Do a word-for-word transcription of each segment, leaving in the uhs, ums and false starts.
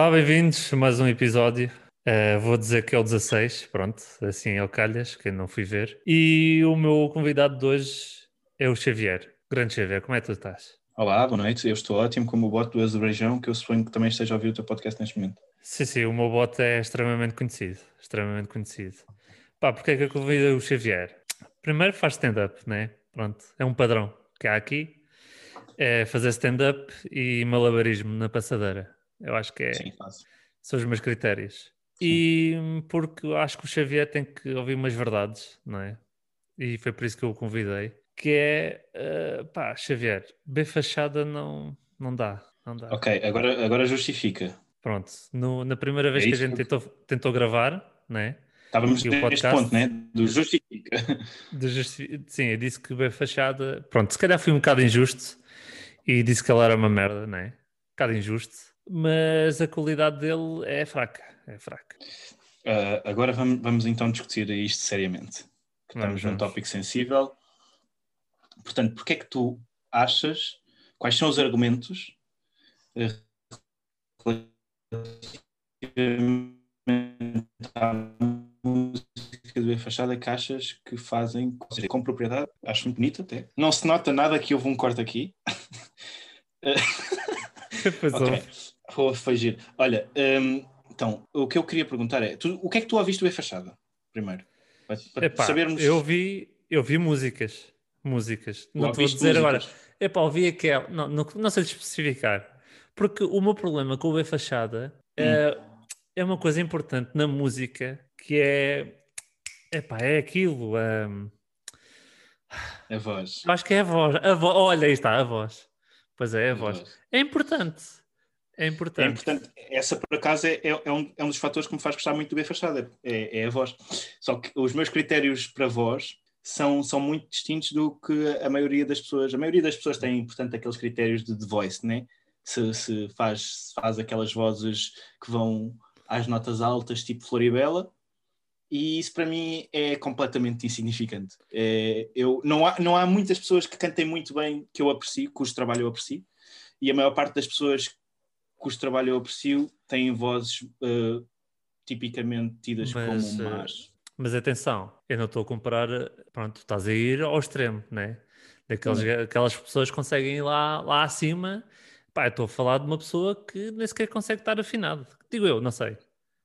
Olá, bem-vindos a mais um episódio. Eh, vou dizer que é o dezasseis, pronto, assim ao calhas, quem não fui ver. E o meu convidado de hoje é o Xavier. Grande Xavier, como é que tu estás? Olá, boa noite. Eu estou ótimo como o bot do Azerbaijão, que eu suponho que também esteja a ouvir o teu podcast neste momento. Sim, sim, o meu bot é extremamente conhecido, extremamente conhecido. Pá, porque é que eu convidei o Xavier? Primeiro faz stand-up, né? Pronto, é um padrão que há aqui, é fazer stand-up e malabarismo na passadeira. Eu acho que Sim, é, faço. são os meus critérios. Sim. E hum, porque eu acho que o Xavier tem que ouvir umas verdades, não é? E foi por isso que eu o convidei. Que é, eh, pá, Xavier, B fachada não, não dá, não dá. Ok, agora, agora justifica. Pronto, no- na primeira vez É que a isso gente que tentou, tentou gravar, né? estávamos Aqui o neste ponto, podcast, né? Do justifica. de justi- sim, eu disse que B fachada, pronto, se calhar fui um bocado injusto e disse que ela era uma merda, né? Um bocado injusto, mas a qualidade dele é fraca, é fraca. Uh, agora vamos, vamos então discutir isto seriamente. Que Vamos, estamos num vamos. tópico sensível. Portanto, porque é que tu achas, quais são os argumentos uh, relativamente à música do E Fachada que achas que fazem, ou seja, com propriedade, acho muito bonito até. Não se nota nada que houve um corte aqui. Pois Ok, houve. vou fugir. Olha, hum, então, o que eu queria perguntar é, tu, o que é que tu ouviste do E Fachada, primeiro? Para, para Epá, eu sabermos, vi, eu vi músicas, músicas. tu Não te vou ouviste dizer agora. músicas. Epá, ouvi aquela. Não, não, não sei especificar. Porque o meu problema com o B Fachada Hum, é, é uma coisa importante na música que é. Epá, é aquilo. hum, a voz, eu acho que é a voz. A vo... Olha, aí está, a voz. Pois é, é a a voz. voz. É importante. É É importante. importante, essa por acaso é, é, é um, é um dos fatores que me faz gostar muito do B Fachada, é, é a voz. Só que os meus critérios para voz são, são muito distintos do que a maioria das pessoas. A maioria das pessoas tem, portanto, aqueles critérios de The Voice, né? Se, se, faz, se faz aquelas vozes que vão às notas altas, tipo Floribela, e isso para mim é completamente insignificante. É, eu, não, há, não há muitas pessoas que cantem muito bem que eu aprecio, cujo trabalho eu aprecio, e a maior parte das pessoas cujo trabalho eu aprecio têm vozes uh, tipicamente tidas como Mas, eh, más. mas atenção, eu não estou a comparar. eh, Pronto, estás a ir ao extremo, né? Daqueles, Hum. aquelas pessoas que conseguem ir lá, lá acima. Pá, eu estou a falar de uma pessoa que nem sequer consegue estar afinado. Digo eu, não sei.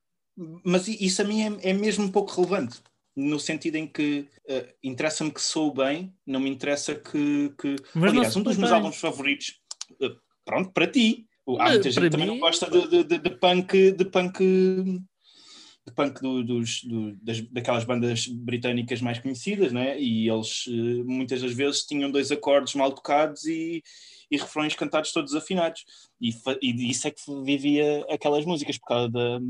Mas isso a mim é, é mesmo um pouco relevante, no sentido em que uh, interessa-me que sou bem, não me interessa que, que... Mas não Aliás, um soa dos meus bem. álbuns favoritos, uh, pronto, para ti. Há Mas muita gente para que também não mim, gosta de, de, de, de punk, de punk, de punk do, dos, do, das, daquelas bandas britânicas mais conhecidas, né? E eles uh, muitas das vezes tinham dois acordes mal tocados e, e refrões cantados todos afinados. E, e isso é que vivia aquelas músicas, por causa da,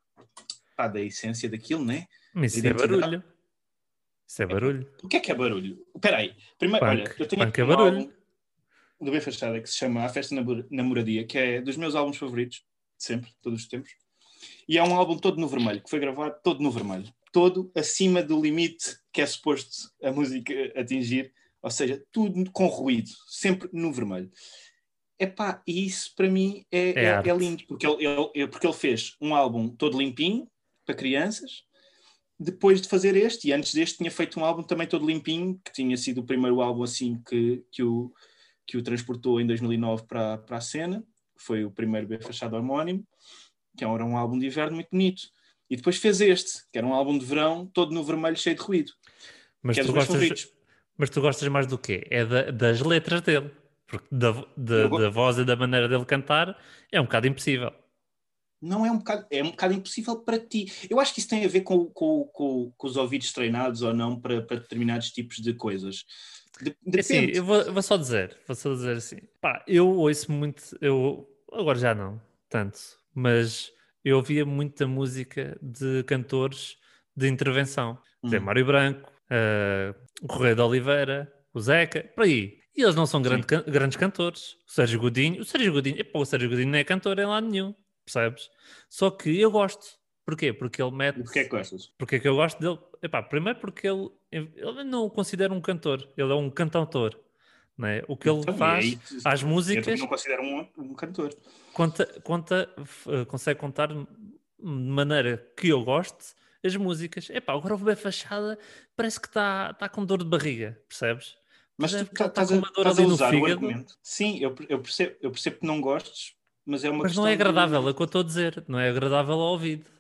pá, da essência daquilo, né? mas Da isso é identidade. barulho. Isso é Epá, barulho. o que é que é barulho? Espera aí. Primeiro, olha, Punk. eu tenho Punk aqui é um barulho. álbum do B Fachada que se chama A Festa na Namoradia, que é dos meus álbuns favoritos, de sempre, todos os tempos. E é um álbum todo no vermelho, que foi gravado todo no vermelho. Todo acima do limite que é suposto a música atingir. Ou seja, tudo com ruído, sempre no vermelho. Epá, e isso para mim É é, é, é arte. lindo, porque ele, ele, porque ele fez um álbum todo limpinho, para crianças, depois de fazer este, e antes deste tinha feito um álbum também todo limpinho, que tinha sido o primeiro álbum assim que, que, o, que o transportou em dois mil e nove para, para a cena, foi o primeiro B Fachada homónimo, que era um álbum de inverno muito bonito. E depois fez este, que era um álbum de verão, todo no vermelho, cheio de ruído, Mas que é tu dos meus gostas, favoritos. mas tu gostas mais do quê? É da- das letras dele. Porque da, da, Eu, da voz e da maneira dele cantar é um bocado impossível. não é um bocado, é um bocado impossível para ti. Eu acho que isso tem a ver com, com, com, com os ouvidos treinados ou não para, para determinados tipos de coisas. De, É assim, depende. eu vou, eu vou só dizer, vou só dizer assim, pá, eu ouço muito, eu agora já não, tanto, mas eu ouvia muita música de cantores de intervenção, por exemplo, Hum, Mário Branco, eh, o Correio de Oliveira, o Zeca, por aí. E eles não são grande, sim. can- grandes cantores. O Sérgio Godinho, o Sérgio Godinho, epá, o Sérgio Godinho não é cantor em lado nenhum, percebes? Só que eu gosto. Porquê? Porque ele E mete. porquê é que gostas? Porque é que eu gosto dele? Epá, primeiro porque ele, ele não o considero um cantor, ele é um cantautor, não é? O que ele Então, e faz aí, às eu também músicas, não considero um, um cantor. conta, conta, f- consegue contar de maneira que eu goste as músicas. Epá, agora o Bebé Fachada parece que está tá com dor de barriga, percebes? Mas tu Percebe que está estás com a, uma dor estás a ali no usar o fígado, argumento. Sim, eu, eu, percebo, eu percebo que não gostes, mas é uma mas não é questão agradável, é de... o que eu estou a dizer, não é agradável ao ouvido.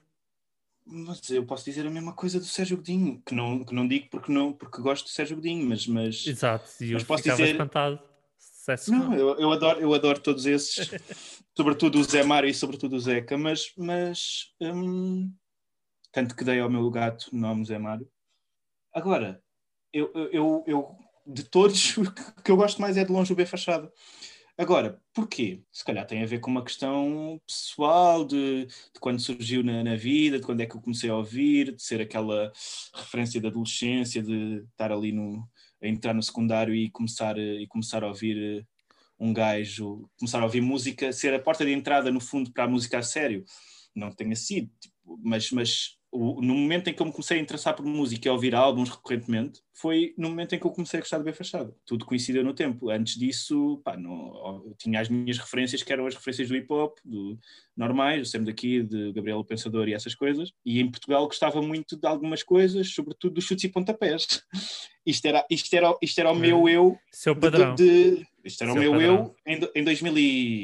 Mas eu posso dizer a mesma coisa do Sérgio Godinho, que não, que não digo porque, não, porque gosto do Sérgio Godinho, mas, mas, Exato, e eu mas posso ficava dizer... espantado se dissesse que Não, não. eu, eu, adoro, eu adoro todos esses, sobretudo o Zé Mário e sobretudo o Zeca, mas, mas hum, tanto que dei ao meu gato o nome Zé Mário. Agora, eu, eu, eu, eu de todos, o que eu gosto mais é de longe o B Fachada. Agora, porquê? Se calhar tem a ver com uma questão pessoal de, de quando surgiu na, na vida, de quando é que eu comecei a ouvir, de ser aquela referência da adolescência, de estar ali no, a entrar no secundário e começar, e começar a ouvir um gajo, começar a ouvir música, ser a porta de entrada, no fundo, para a música a sério. Não que tenha sido, tipo, mas, mas o, no momento em que eu me comecei a interessar por música e a ouvir álbuns recorrentemente, foi no momento em que eu comecei a gostar de B Fachada. Tudo coincidiu no tempo. Antes disso, pá, não, eu tinha as minhas referências, que eram as referências do hip-hop, do normais, do Sam daqui, de Gabriel o Pensador e essas coisas. E em Portugal gostava muito de algumas coisas, sobretudo dos chutes e pontapés. Isto era, isto era, isto era o meu eu Seu de, de, padrão. de isto era o Seu meu padrão. eu em, em dois mil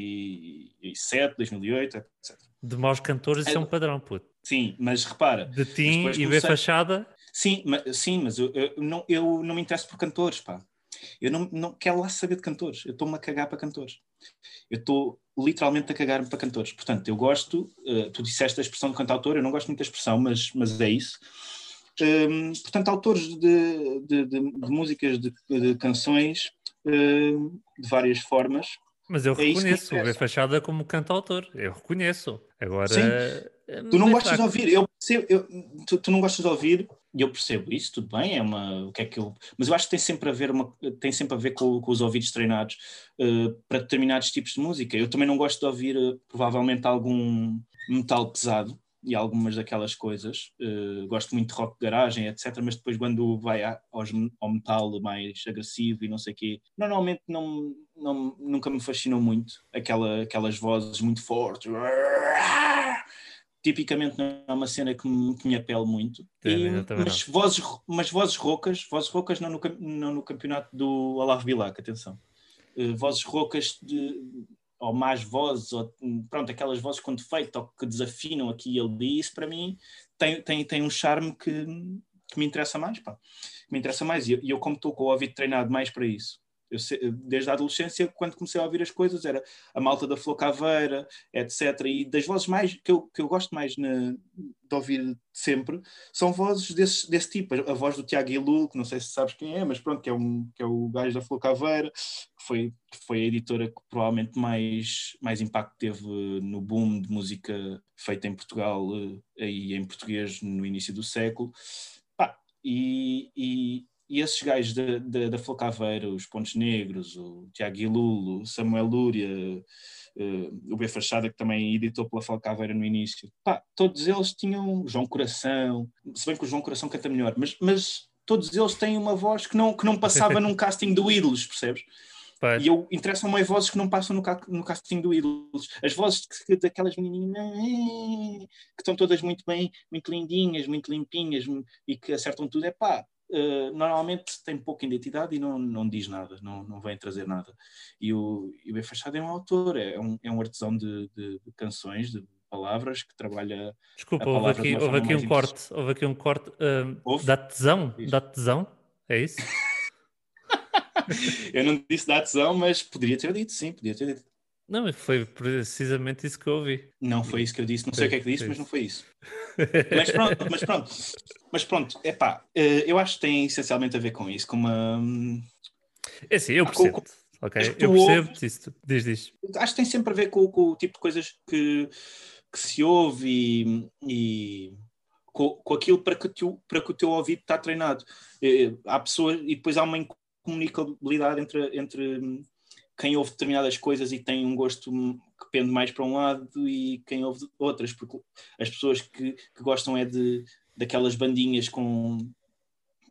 e sete, dois mil e oito, etcétera. De maus cantores, isso é um padrão, puto. Sim, mas repara, De mas Tim depois e B comecei. Fachada, Sim, mas, sim, mas eu, eu, não, eu não me interesso por cantores, pá. Eu não, não quero lá saber de cantores. Eu estou-me a cagar para cantores. Eu estou literalmente a cagar-me para cantores. Portanto, eu gosto, uh, tu disseste a expressão de cantautor, eu não gosto muito da expressão, mas, mas é isso. Um, portanto, autores de, de, de, de músicas, de, de canções, uh, de várias formas, mas eu é isso que me reconheço o B interessa. Fachada como cantautor. Eu reconheço. Sim, Agora, é tu não meio gostas de fraco. ouvir, eu percebo, eu, tu, tu não gostas de ouvir, e eu percebo isso, tudo bem, é uma, o que é que eu, mas eu acho que tem sempre a ver, uma, tem sempre a ver com, com os ouvidos treinados uh, para determinados tipos de música. Eu também não gosto de ouvir, uh, provavelmente, algum metal pesado e algumas daquelas coisas. Uh, gosto muito de rock de garagem, etcétera. Mas depois, quando vai a, aos, ao metal mais agressivo e não sei o quê, normalmente não, não, nunca me fascinou muito aquela, aquelas vozes muito fortes. Tipicamente não é uma cena que me, que me apela muito. E, Eu também não. mas, vozes, mas vozes roucas, vozes roucas não no, não no campeonato do Olavo Bilac, atenção. Uh, vozes roucas de, ou más vozes, ou pronto, aquelas vozes com defeito, ou que desafinam aqui e ali, isso para mim tem, tem, tem um charme que, que me interessa mais, pá. Me interessa mais. E eu, eu como estou com o ouvido treinado mais para isso, eu, desde a adolescência, quando comecei a ouvir as coisas, era a malta da Flor Caveira, etcétera. E das vozes mais que eu, que eu gosto mais na, de ouvir sempre são vozes desse, desse tipo. A voz do Tiago Ilul, que não sei se sabes quem é, mas pronto, que é, um, que é o gajo da Flor Caveira, que foi, que foi a editora que provavelmente mais, mais impacto teve no boom de música feita em Portugal e em português no início do século. Pá, e, e E esses gajos da, da, da Flor Caveira, os Pontos Negros, o Tiago Ilulo, o Samuel Lúria, uh, o B Fachada, que também editou pela Flor Caveira no início, pá, todos eles tinham João Coração, se bem que o João Coração canta melhor, mas, mas todos eles têm uma voz que não, que não passava num casting do Ídolos, percebes? Pois. E eu interessam-me as vozes que não passam no, ca no casting do Ídolos. As vozes que, daquelas menininhas que estão todas muito bem, muito lindinhas, muito limpinhas e que acertam tudo. É pá, uh, normalmente tem pouca identidade e não, não diz nada, não, não vem trazer nada. E o, e o B. Fachada é um autor, é um, é um artesão de, de, de canções, de palavras, que trabalha a Desculpa, houve palavra de aqui, uma houve forma aqui um mais interessante. corte. Houve aqui um corte. Uh, Houve? dá tesão? Diz. Dá tesão? É isso? Eu não disse da adesão, mas poderia ter dito, sim, podia ter dito. Não, foi precisamente isso que eu ouvi. Não foi E isso que eu disse, não sei o foi, que é que disse, foi mas não isso. foi isso. Mas pronto, mas pronto, mas pronto, é pá, eu acho que tem essencialmente a ver com isso, com uma. É assim, eu Pá, com, com percebo-te, coisas ok? que Eu tu ouves, percebo-te isso. Diz, diz. acho que tem sempre a ver com, com o tipo de coisas que, que se ouve e, e com, com aquilo para que, tu, para que o teu ouvido está treinado. Há pessoas, e depois há uma incomunicabilidade entre, entre quem ouve determinadas coisas e tem um gosto que pende mais para um lado e quem ouve outras, porque as pessoas que, que gostam é de daquelas bandinhas com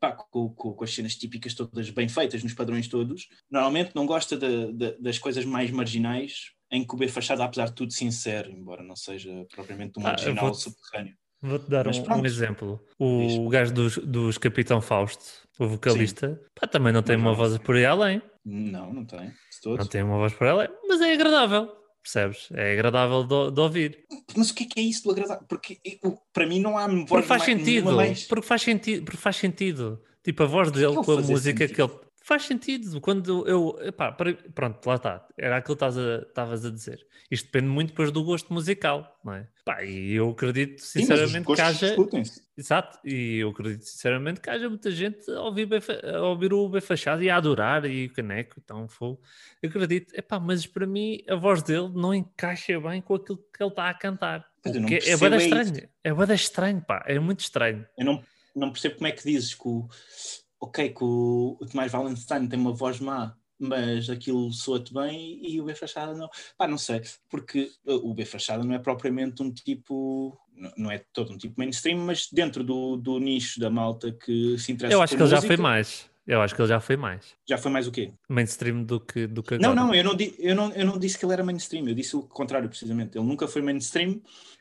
pá, com, com, com as cenas típicas todas bem feitas, nos padrões todos, normalmente não gosta de, de, das coisas mais marginais, em que o B Fachada, apesar de tudo, sincero, embora não seja propriamente um Pá, eu marginal vou-te, subterrâneo. vou-te dar Mas um, um pronto, exemplo. diz, O gajo dos, dos Capitão Fausto, o sim, vocalista, pá, também não tem mas uma não, voz por aí além. não, não tem, de Não todo. tem uma voz por aí além, mas é agradável, percebes? É agradável de, de ouvir. Mas o que é que é isso do agradável? Porque eu, para mim não há Porque voz faz mais, nenhuma sentido, mais. porque faz sentido, porque faz sentido. Tipo, a voz O que é que dele é o com a fazer música que sentido? ele faz sentido. Quando eu, epá, para- pronto, lá está. Era aquilo que estás a- estavas a dizer. Isto depende muito depois do gosto musical, não é? Pá, e eu acredito Sim, mas os sinceramente que gostos haja, discutem-se. exato, e eu acredito sinceramente que haja muita gente a ouvir, bem fa- a ouvir o B Fachado e a adorar e o Caneco, então foi. Eu acredito, epá, mas para mim a voz dele não encaixa bem com aquilo que ele está a cantar. Mas O eu não que é, é bué da percebo é isso. estranho, é bué da estranho, pá, é muito estranho. Eu não, não percebo como é que dizes que o, ok, que o, o Tomás Valenstein tem uma voz má, mas aquilo soa-te bem e o B Fachada não. Pá, não sei, porque uh, o B Fachada não é propriamente um tipo, não, não é todo um tipo mainstream, mas dentro do, do nicho da malta que se Eu interessa acho por que ele já foi música, mais. Eu acho que ele já foi mais já foi mais o quê? mainstream do que, do que Não, agora. não, eu não, di, eu, não, eu não disse que ele era mainstream, eu disse o contrário, precisamente. Ele nunca foi mainstream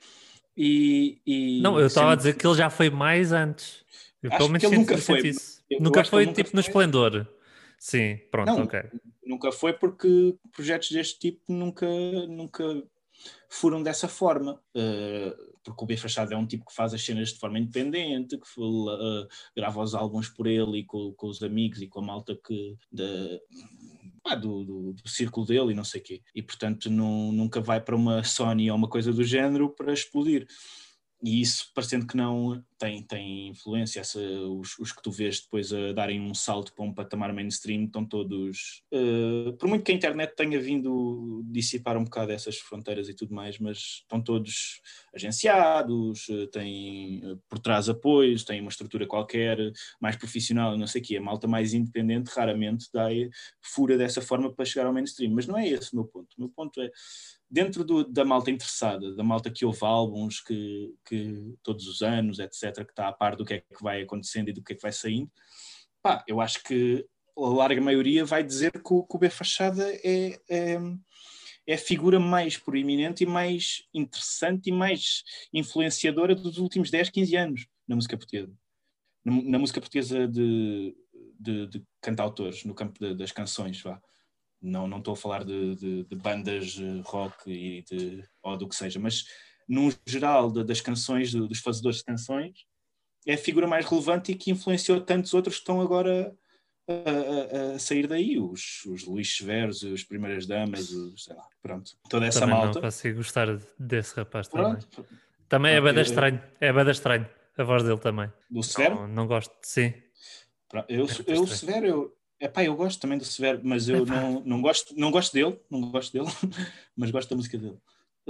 e, Não, eu e estava a sendo dizer que ele já foi mais antes. Eu pelo acho que menos ele senti, nunca senti foi. isso. Eu, eu Nunca acho que ele foi nunca tipo no foi. esplendor. Sim, pronto, Não, ok. nunca foi porque projetos deste tipo nunca, nunca foram dessa forma. Uh, porque o B Fachada é um tipo que faz as cenas de forma independente, que uh, grava os álbuns por ele e com, com os amigos e com a malta que, de, ah, do, do, do círculo dele e não sei o quê. E portanto não, nunca vai para uma Sony ou uma coisa do género para explodir. E isso, parecendo que não, tem, tem influência. Essa, os, os que tu vês depois a darem um salto para um patamar mainstream estão todos... Uh, por muito que a internet tenha vindo dissipar um bocado essas fronteiras e tudo mais, mas estão todos agenciados, têm por trás apoios, têm uma estrutura qualquer, mais profissional, não sei o quê. A malta mais independente raramente dá, fura dessa forma para chegar ao mainstream. Mas não é esse o meu ponto. O meu ponto é dentro do, da malta interessada, da malta que ouve álbuns que, que todos os anos, etcétera, que está a par do que é que vai acontecendo e do que é que vai saindo, pá, eu acho que a larga maioria vai dizer que o, que o B Fachada é, é, é a figura mais proeminente e mais interessante e mais influenciadora dos últimos dez, quinze anos na música portuguesa. Na, na música portuguesa de, de, de cantautores, no campo de, das canções, vá. Não, não estou a falar de, de, de bandas rock e de, ou do que seja, mas no geral de, das canções, de, dos fazedores de canções, é a figura mais relevante e que influenciou tantos outros que estão agora a, a, a sair daí, os, os Luís Severos, as Primeiras Damas, os, sei lá, pronto, toda essa Também não malta. consigo gostar desse rapaz também. Pronto, Também é pronto bada eu, eu, estranho. É bada estranho. A voz dele também. do Não, Severo, não gosto. Sim, pronto, eu, é muito eu estranho. Severo, eu, epá, eu gosto também do Severo, mas eu Epá, não, não, gosto, não gosto dele, não gosto dele, mas gosto da música dele.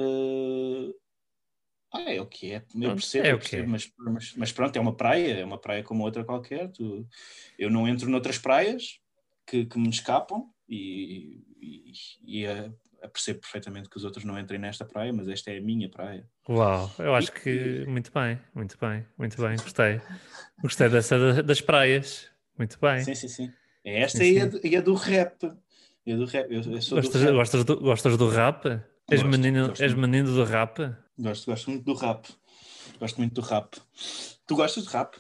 Uh, Ah, é o que é, eu pronto, percebo, é eu o que percebo, é. mas, mas, mas pronto, é uma praia, é uma praia como outra qualquer. Tu, eu não entro noutras praias que, que me escapam e, e, e a, a percebo perfeitamente que os outros não entrem nesta praia, mas esta é a minha praia. Uau, eu E, acho que muito bem, muito bem, muito bem, gostei. Gostei dessa da- das praias. Muito bem. sim, sim, sim. É Sim, esta e a, sim. do- e a do rap. E a do rap. Eu, eu sou do Gostas, rap. gostas, do, gostas do rap? És Gosto, menino, gosto és muito. menino do rap? Gosto, gosto muito do rap. Gosto muito do rap. Tu gostas de rap?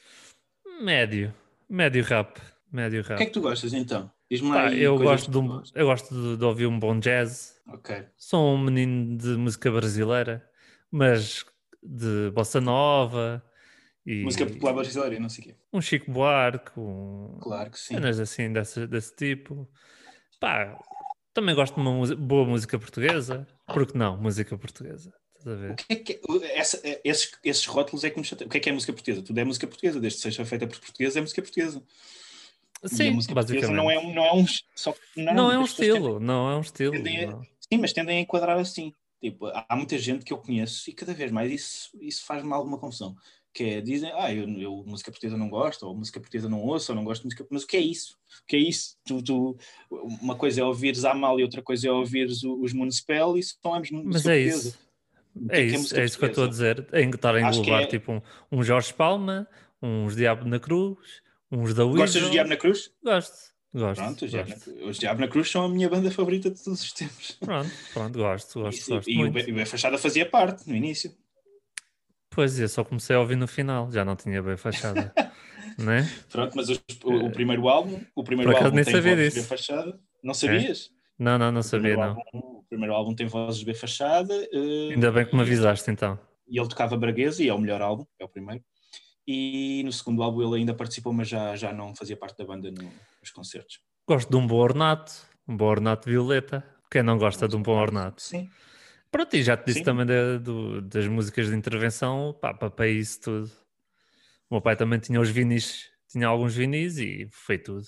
Médio. Médio rap. Médio O que é que rap. tu gostas então? Diz-me lá Pá, aí eu coisas gosto que de, tu um, gostas. eu gosto de, de ouvir um bom jazz. Ok. Sou um menino de música brasileira, mas de bossa nova Música popular e brasileira, não sei o quê. um Chico Buarque, um... Claro que sim. cenas assim desse, desse tipo. Pá, também gosto de uma música- boa música portuguesa. Por que não? Música portuguesa. Estás a O ver? que é que é, essa, esses, esses rótulos é que me chateiam. O que é que é música portuguesa? Tudo é música portuguesa, desde que seja feita por portugueses, é música portuguesa. E a Sim, música portuguesa não é basicamente. um, não é um, só Não é normalmente um as pessoas tendem, estilo, não é um estilo. tendem a, Não. sim, mas tendem a enquadrar assim. Tipo, há muita gente que eu conheço e cada vez mais isso, isso faz-me alguma confusão. Que é, dizem, ah, eu, eu música portuguesa não gosto, ou música portuguesa não ouço, ou não gosto de música. Mas o que é isso? O que é isso? Tu, tu, uma coisa é ouvires Amal e outra coisa é ouvires os Municipal e são ambos Mas música é portuguesa. isso. O que É é que é isso, música é isso que eu estou a portuguesa? dizer. É estar a Acho que englobar é. tipo um, um Jorge Palma, uns Diabo na Cruz, uns da Gostas Weasel. do Diabo na Cruz? Gosto, gosto. Pronto, os gosto. Diabo, na, os Diabo na Cruz são a minha banda favorita de todos os tempos. Pronto, pronto, gosto, gosto, Isso, gosto e muito. o B Fachada fazia parte no início. Pois, eu só comecei a ouvir no final, já não tinha bem fachada, né? Pronto, mas os, o, o primeiro álbum, o Por primeiro acaso álbum nem tem sabia vozes de B disso. Fachada. Não É? sabias? Não, não, não O sabia, primeiro, não. álbum, o primeiro álbum tem vozes de B Fachada. Uh, Ainda bem que me e, ele, avisaste, então. e ele tocava Braguesa, e é o melhor álbum, é o primeiro. E no segundo álbum ele ainda participou, mas já, já não fazia parte da banda no, nos concertos. Gosto de um bom ornato, um bom ornato violeta. Quem não gosta de um bom ornato? Sim. Pronto, e já te disse Sim. também da- do- das músicas de intervenção, pá, pá, para isso tudo. O meu pai também tinha os vinis, tinha alguns vinis e foi tudo.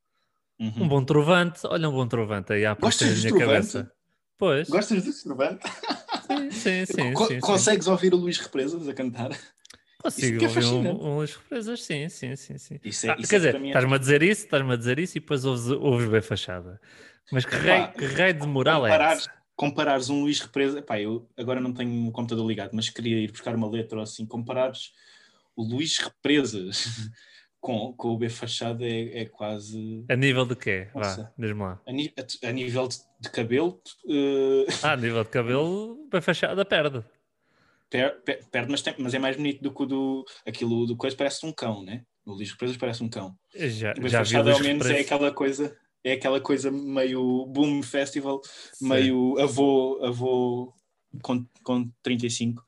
Uhum. Um bom trovante, olha um bom trovante aí a aparecer Gostas na de minha Trovante? cabeça. Pois, Gostas de Trovante? sim, sim, sim, Co- sim, sim. Consegues ouvir o Luís Represas a cantar? Isso que Consigo é ouvir um, fascinante. umas represas, sim, sim, sim, sim. Isso é, Ah, isso quer é que para dizer, mim é estás-me a fascinante. dizer isso, estás-me a dizer isso e depois ouves, ouves bem fachada. Mas que rei, Epá, que rei de moral é comparares, essa? comparares um Luís Represa, epá, eu agora não tenho o computador ligado, mas queria ir buscar uma letra ou assim, comparares o Luís Represas com, com o B Fachada é, é quase, A nível de quê? Vá, nossa, diz-me lá. a, ni- a- a nível de, de cabelo, eh, Ah, a nível de cabelo, bem fachada perde. per- per- perde, mas, tem- mas é mais bonito do que o do, aquilo do coisa, parece um cão, né? O Luís Represas parece um cão. Eu Já, O B já vi Fachada Luís ao menos é Represo. aquela coisa, é aquela coisa meio boom festival, Sim. meio avô, avô com, com trinta e cinco,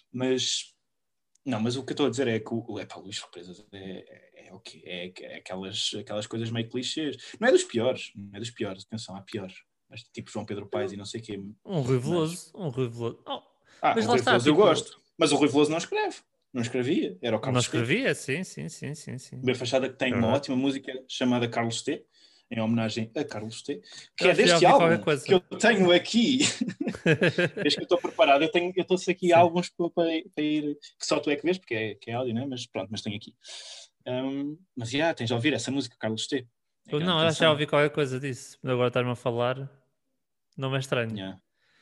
mas não, mas o que eu estou a dizer é que o, é, pá, o Luís Represas é, é, é o quê? É, é aquelas, aquelas coisas meio clichês. Não é dos piores, não é dos piores, atenção, há piores. Mas tipo João Pedro Paes e não sei o quê. Um Rui Mas, Veloso, um Rui Veloso. Oh, ah, mas o lá Rui está, Veloso eu tipo, gosto, mas o Rui Veloso não escreve. Não escrevia, era o não Carlos T. escrevia? Sim, sim, sim, sim, sim. O B Fachada que tem É uma verdade. ótima música chamada Carlos T, em homenagem a Carlos T, que Eu é acho que já deste ouvi qualquer álbum que coisa. eu tenho aqui. Desde que eu estou preparado, eu tenho, eu trouxe aqui Sim. álbuns para, para, para ir, que só tu é que vês, porque é, que é áudio, né? Mas pronto, mas tenho aqui. Um, mas já, tens de ouvir essa música, Carlos T. É Eu grande não, eu acho que já canção. ouvi qualquer coisa disso. Mas agora estás-me a falar, não me é estranho. Yeah.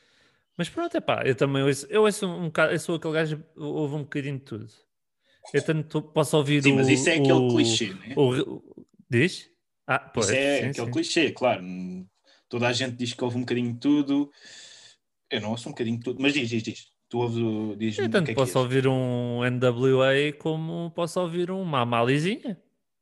Mas pronto, é pá, eu também ouço, eu ouço um bocado, eu sou aquele gajo que ouve um bocadinho de tudo. Eu tanto posso ouvir Sim, o, mas isso é aquele o, clichê, né? o, o- Diz? Ah, Isso pois, é sim, aquele sim. clichê, claro. Toda a gente diz que ouve um bocadinho de tudo. Eu não ouço um bocadinho de tudo, mas diz, diz, diz. Tu ouves, o- Eu diz-me o que tanto é que posso és. ouvir um N W A como posso ouvir uma Amalizinha.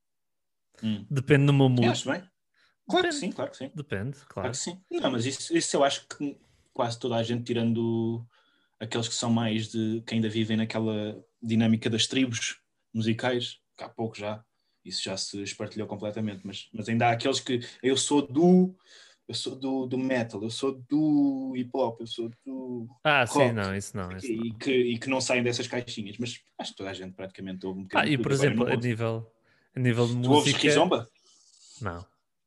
Hum. Depende do meu Eu mood. acho bem. Claro que Depende, sim, claro que sim. depende, Claro claro. que sim. Não, mas isso, isso eu acho que quase toda a gente, tirando aqueles que são mais de que ainda vivem naquela dinâmica das tribos musicais, que há pouco já, isso já se espartilhou completamente, mas, mas ainda há aqueles que eu sou do eu sou do, do metal, eu sou do hip hop, eu sou do Ah, sim, rock, não, isso não, isso e não. que, e que não saem dessas caixinhas, mas acho que toda a gente praticamente ouve um Pá, bocadinho de e por tudo. Agora eu exemplo, não a ouço. nível, a nível de Tu ouves música, Rizomba? não.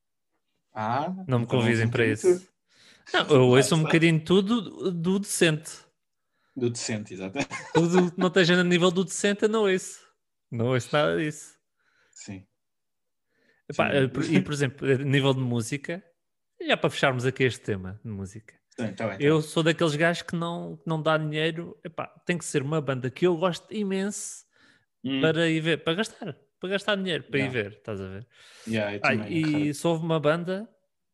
Ah, Não me então ouves um convidem para bocadinho de tudo. isso. Não, eu Lá ouço um está. bocadinho de tudo do, do decente. Do decente, exatamente. Tudo que não esteja no nível do decente, eu não ouço. Não ouço nada disso. Sim. Epá, Sim, e por exemplo, a nível de música, já para fecharmos aqui este tema de música, está bem, está eu bem. sou daqueles gajos que não, que não dá dinheiro. Epá, tem que ser uma banda que eu gosto imenso Hum, para ir ver, para gastar, para gastar dinheiro, para ir yeah. ver, estás a ver? Yeah, eu Ah, também, é raro. e só houve uma banda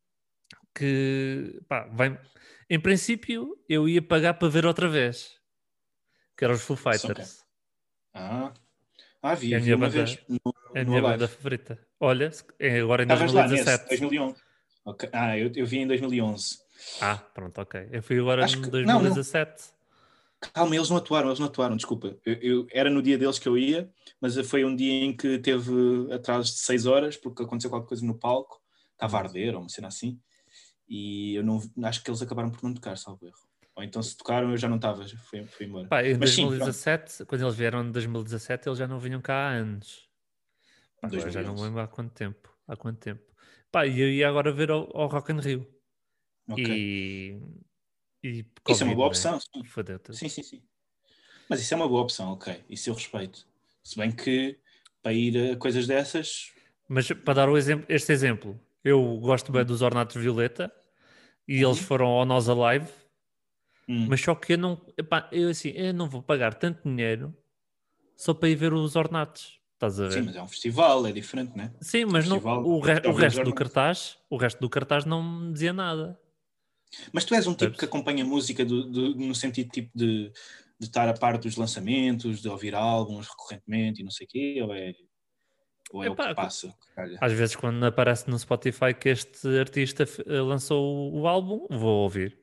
que, pá, vai... em princípio, eu ia pagar para ver outra vez, que era os Foo São quem? Fighters. Ah, ah É vi, a vi minha uma banda, vez no, é a no minha banda Alive. favorita. Olha, é agora em Estavas lá nesse, dois mil e dezassete. dois mil e onze. Okay. Ah, eu, eu vi em dois mil e onze. Ah, pronto, ok. Eu fui agora Acho em que, não, não. dois mil e dezassete. Calma, eles não atuaram, eles não atuaram, desculpa. Eu, eu- era no dia deles que eu ia, mas foi um dia em que teve atraso de seis horas, porque aconteceu qualquer coisa no palco, estava a Hum. arder ou uma cena assim, e eu não acho que eles acabaram por não tocar, salvo erro. Ou então se tocaram eu já não estava, já fui, fui embora. Pá, em Mas sim, pronto, dois mil e dezassete, quando eles vieram em dois mil e dezassete, eles já não vinham cá há anos. Pá, agora já não me dois mil e onze. lembro há quanto tempo. Há quanto tempo. Pá, e eu ia agora ver ao, ao Rock in Rio. Ok. E... E Isso é uma Covid, boa né? opção, sim. Fodeu tudo. Sim, sim, sim. Mas isso é uma boa opção, ok. Isso eu respeito. Se bem que para ir a coisas dessas. Mas para dar o exemplo, este exemplo, eu gosto bem Hum. dos Ornatos Violeta e eles Uhum. foram ao Nós Alive, Hum. mas só que eu não, epá, eu assim, eu não vou pagar tanto dinheiro só para ir ver os Ornatos. Estás a Sim, ver? mas é um festival, é diferente, não é? Sim, Um mas não, festival, o, re- o jovens resto do jornais. cartaz, o resto do cartaz não me dizia nada. Mas tu és um tipo que Percebes? acompanha música do, do- no sentido tipo de, de estar a par dos lançamentos, de ouvir álbuns recorrentemente e não sei o quê, ou é, ou é o que Epá, passa? Que calha? às vezes quando aparece no Spotify que este artista f- eh, lançou o, o álbum, vou ouvir.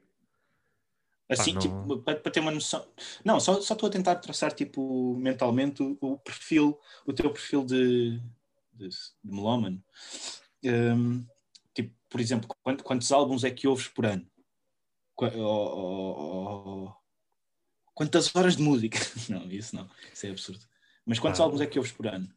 Pá, Assim, não... tipo, para, para ter uma noção. Não, só, só estou a tentar traçar, tipo, mentalmente o, o perfil, o teu perfil de, de, de melómano. Hum, tipo, por exemplo, quant- quantos álbuns é que ouves por ano? Qua- ou- ou- ou- quantas horas de música? Não, isso não, isso é absurdo. Mas quantos Pá, álbuns é que ouves por ano?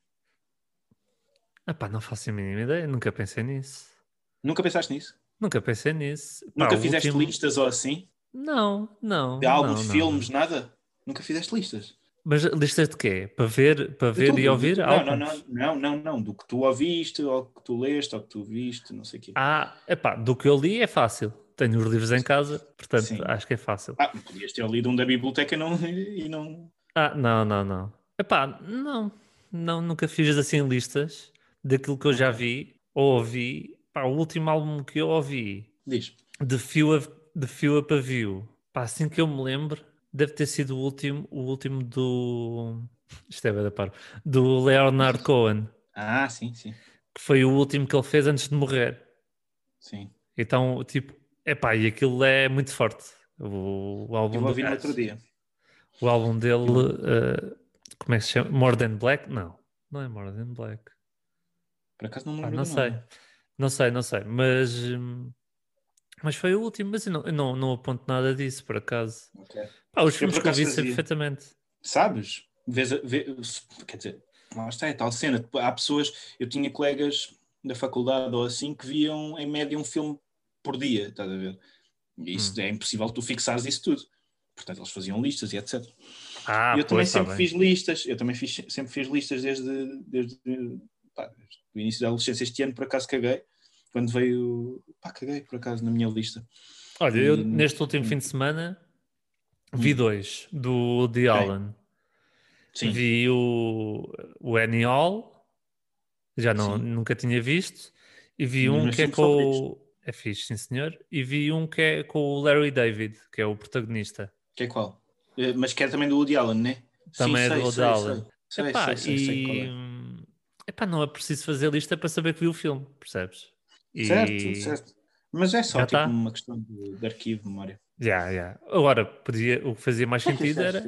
epá, não faço a mínima ideia, nunca pensei nisso. Nunca pensaste nisso? Nunca pensei nisso. Pá, Nunca o fizeste último... listas ou assim? Não, não, De álbuns, não, não, filmes, não. nada? Nunca fizeste listas? Mas listas de quê? Para ver, para De ver e tudo, de ouvir tudo. Não, não, não, álbuns? não, não, não. Do que tu ouviste, ou que tu leste, ou que tu viste, não sei o quê. Ah, epá, do que eu li é fácil. Tenho os livros em casa, portanto Sim. acho que é fácil. Ah, podias ter lido um da biblioteca e não, e não. Ah, não, não, não. Epá, não, não, nunca fiz assim listas daquilo que eu já Ok. vi ou ouvi. Pá, o último álbum que eu ouvi, Diz. de fio a, de fio a pavio, pá, assim que eu me lembro, deve ter sido o último, o último do. Isto é bué da par, do Leonard Cohen, Ah, sim, sim. que foi o último que ele fez antes de morrer. Sim. Então, tipo, epá, e aquilo é muito forte. O, o álbum Estive a do ouvir no outro gajo. dia. O álbum Estive a dele, ouvir no outro dia. eh, como é que se chama? More Than Black? Não, não é More Than Black. Por acaso não me Ah, lembro não do sei, nome. não sei, não sei. Mas, hum, mas foi o último, mas eu não, eu não, não aponto nada disso, por acaso. Ok. Pá, os Eu filmes por que eu acaso vi sei fazia. perfeitamente. Sabes? Vês, a- vê- quer dizer, lá está, é tal cena. Há pessoas, eu tinha colegas da faculdade ou assim que viam em média um filme por dia, estás a ver? E Hum. isso é impossível tu fixares isso tudo. Portanto, eles faziam listas e etcétera. Ah, E eu pois, também está sempre bem. fiz listas, eu também fiz, sempre fiz listas desde, desde, pá, desde o início da adolescência. Este ano, por acaso, caguei. Quando veio. Pá, caguei, por acaso, na minha lista. Olha, eu E. neste último fim de semana vi Hum, dois do Woody ok. Allen. Sim, Vi o, o Annie Hall, já não, sim. nunca tinha visto, e vi Um dos um meus que é filmes com favoritos. o... É fixe, sim senhor. E vi um que é com o Larry David, que é o protagonista. Que é qual? Eh, Mas que é também do Woody Allen, né? Sim, Também é do sei, Woody sei, Allen. sei. Sei, Epá, sei, sei, sei qual e... é. Epá, não é preciso fazer lista para saber que vi o filme, percebes? Certo, E certo. Mas é já só tipo está. uma questão de, de arquivo, de memória. Já, já. Agora, podia, o que fazia mais sentido era...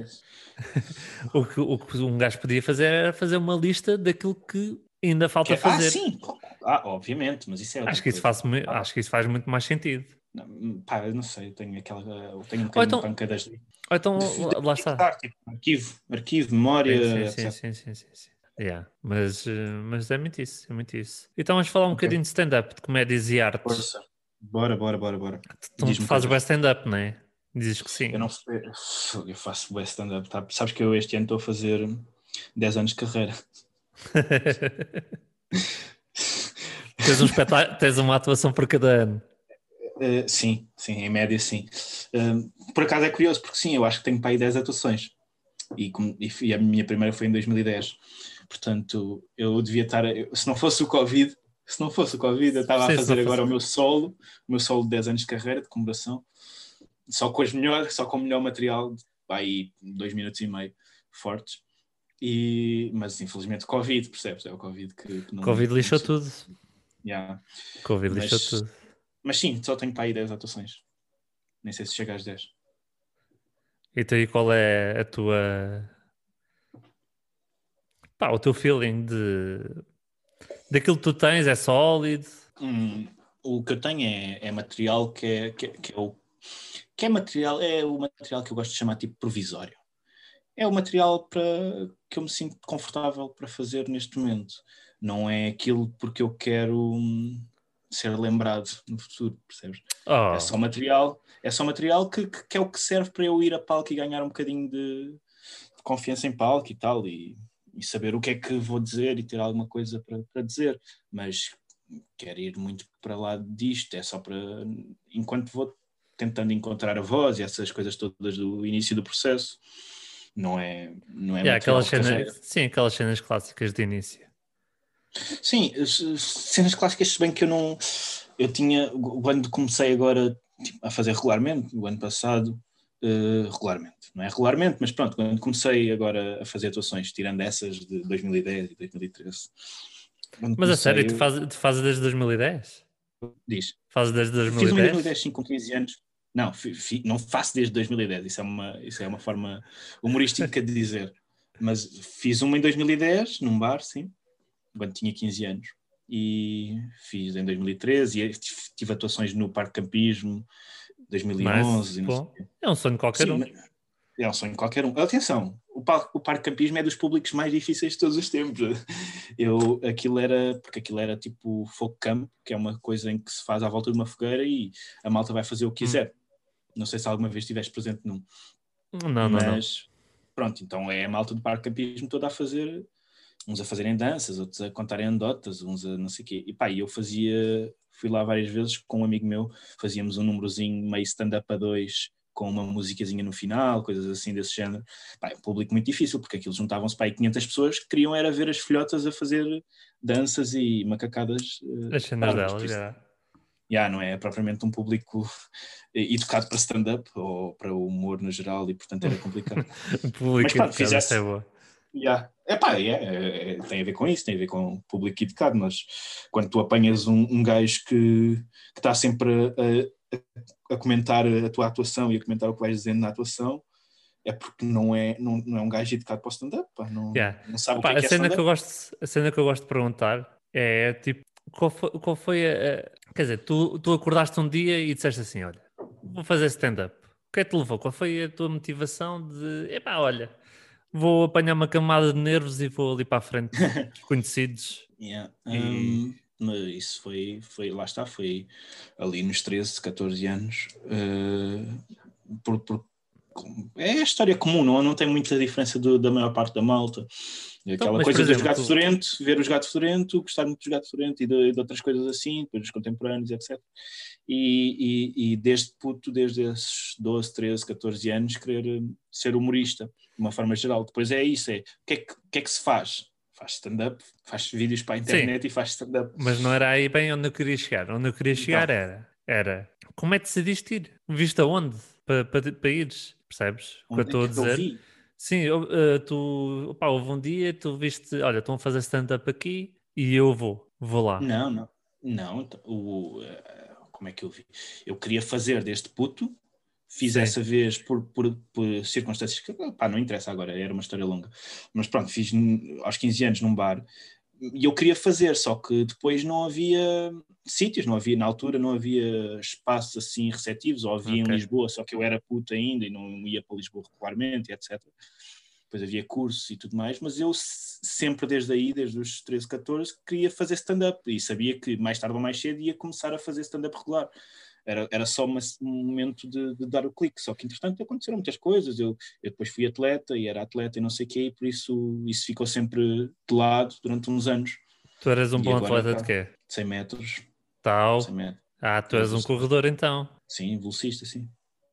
o que, o que um gajo podia fazer era fazer uma lista daquilo que ainda Que falta é- ah, fazer. sim! Ah, obviamente, mas isso é outra Acho que isso coisa. faz, mu- Ah, acho que isso faz muito mais sentido. não, pá, eu não sei, eu tenho aquela. Eu tenho um Ou bocadinho de então, panca das. ou De, então de lá lá está. fixar, tipo, arquivo, arquivo, Sim, sim, memória, sim, etcétera. sim, sim, sim, sim. Yeah. Mas, eh, mas é muito isso, é muito isso. Então vamos falar um Ok, bocadinho de stand-up, de comédias e artes. força. Bora, bora, bora, bora. Tu, tu Diz-me fazes bem coisas. stand-up, não é? Dizes que Eu sim. não eu faço bem stand-up, tá? Sabes que eu este ano estou a fazer dez anos de carreira. Tens um espetáculo, tens uma atuação por cada ano. Uh, sim, sim, em média sim. Uh, por acaso é curioso, porque sim, eu acho que tenho para aí dez atuações. E, com, e a minha primeira foi em dois mil e dez. Portanto, eu devia estar. Eu, se não fosse o Covid, se não fosse o Covid, eu estava a Sim, se não fazer fosse. agora o meu solo, o meu solo de dez anos de carreira, de comemoração, só com as melhores, só com o melhor material, aí dois minutos e meio fortes. E, mas infelizmente Covid, percebes? É o Covid que, que não, Covid não lixou se. tudo. Yeah. Covid lixou Mas, tudo. mas sim, só tenho para aí dez atuações. Nem sei se chega às dez. Então, e qual é a tua. Pá, o teu feeling de. Daquilo que tu tens é sólido? Hum, o que eu tenho é, é material que é, que, é, que é o que é material, é o material que eu gosto de chamar tipo provisório. É o material para que eu me sinto confortável para fazer neste momento. Não é aquilo porque eu quero hum, ser lembrado no futuro, percebes? É Oh, só material, é só material que, que, que é o que serve para eu ir a palco e ganhar um bocadinho de, de confiança em palco e tal, e, e saber o que é que vou dizer e ter alguma coisa para, para dizer. Mas quero ir muito para lá disto, é só para enquanto vou tentando encontrar a voz e essas coisas todas do início do processo, não é, não é Yeah, material aquelas de cenas, carreira. sim, aquelas cenas clássicas de início. Sim, cenas clássicas, se bem que eu não. Eu tinha. Quando comecei agora tipo, a fazer regularmente, o ano passado, uh, regularmente, não é regularmente, mas pronto, quando comecei agora a fazer atuações, tirando essas de dois mil e dez e dois mil e treze, quando Mas a sério, comecei, tu eu. fazes, tu fazes desde dois mil e dez? Diz. Fazes desde Fiz uma em dois mil e dez? dois mil e dez, sim, com quinze anos. Não, fi, fi, não faço desde dois mil e dez, isso é uma, isso é uma forma humorística de dizer. Mas fiz uma em dois mil e dez, num bar, sim, quando tinha quinze anos. E fiz em dois mil e treze e tive atuações no Parque Campismo, Nice, dois mil e onze, e não sei bom. o quê. É um sonho de qualquer Sim, um. é um sonho de qualquer um. Atenção, o, par, o Parque Campismo é dos públicos mais difíceis de todos os tempos. Eu, aquilo era, porque aquilo era tipo folk camp, que é uma coisa em que se faz à volta de uma fogueira e a malta vai fazer o que Hum. quiser. Não sei se alguma vez estiveste presente num. Não, não, não. Mas pronto, então é a malta do Parque Campismo toda a fazer, uns a fazerem danças, outros a contarem anedotas, uns a não sei o quê. E pá, eu fazia, fui lá várias vezes com um amigo meu, fazíamos um númerozinho meio stand-up a dois, com uma musicazinha no final, coisas assim desse género. Pá, é um público muito difícil, porque aquilo juntavam-se para aí quinhentas pessoas que queriam era ver as filhotas a fazer danças e macacadas uh, As cenas parvas. Por delas, isso, já. yeah, não é propriamente um público educado para stand-up ou para o humor no geral e portanto era complicado. O Mas público pronto, educado, essa é fizesse. boa. Yeah. Epá, é, é, é, tem a ver com isso, tem a ver com o público educado, mas quando tu apanhas um, um gajo que, que está sempre a, a, a comentar a tua atuação e a comentar o que vais dizendo na atuação, é porque não é, não, não é um gajo educado para o stand-up, pá, não, Yeah. não sabe Opa, o que é a que é cena que eu stand-up. gosto, a cena que eu gosto de perguntar é tipo, qual foi, qual foi a, a- Quer dizer, tu, tu acordaste um dia e disseste assim: olha, vou fazer stand-up. O que é que te levou? Qual foi a tua motivação de, epá, olha, vou apanhar uma camada de nervos e vou ali para a frente, desconhecidos Yeah. e. Um, mas isso foi, foi, lá está, foi ali nos treze, catorze anos. Uh, por, por, é a história comum, não, não tem muita diferença do, da maior parte da malta. Então, Aquela mas por coisa dos exemplo, gatos tu, Fedorento, ver os gatos Fedorento, gostar muito dos gatos Fedorento e de, de outras coisas assim, depois dos contemporâneos, etcétera. E, e, e desde puto, desde esses doze, treze, catorze anos, querer ser humorista, de uma forma geral. Depois é isso, é o que é que, que, é que se faz? Faz stand-up, faz vídeos para a sim, internet e faz stand-up. mas não era aí bem onde eu queria chegar. Onde eu queria Então, chegar era, era como é que decidiste ir? Viste aonde? Para pa, pa ires, percebes o que eu onde é estou a que eu dizer? vi? Sim, eu, eh, tu, opá, houve um dia, tu viste, olha, estão a fazer stand-up aqui e eu vou, vou lá. Não, não. Não, então, o, uh, como é que eu vi? Eu queria fazer deste puto, fiz Sim, essa vez por, por, por circunstâncias que, pá, não interessa agora, era uma história longa. Mas pronto, fiz aos quinze anos num bar e eu queria fazer, só que depois não havia sítios, não havia, na altura não havia espaços assim receptivos, ou havia em ok. Lisboa, só que eu era puto ainda e não ia para Lisboa regularmente, etcétera. Depois havia cursos e tudo mais, mas eu sempre desde aí, desde os treze, catorze, queria fazer stand-up e sabia que mais tarde ou mais cedo ia começar a fazer stand-up regular. Era, era só uma, um momento de, de dar o clique, só que entretanto aconteceram muitas coisas, eu, eu depois fui atleta e era atleta e não sei o quê, e por isso isso ficou sempre de lado durante uns anos. Tu eras um E bom agora, atleta de pá, quê? cem metros, cem Tal. metros, Ah, tu era és um velocista. corredor então. Sim, velocista, sim.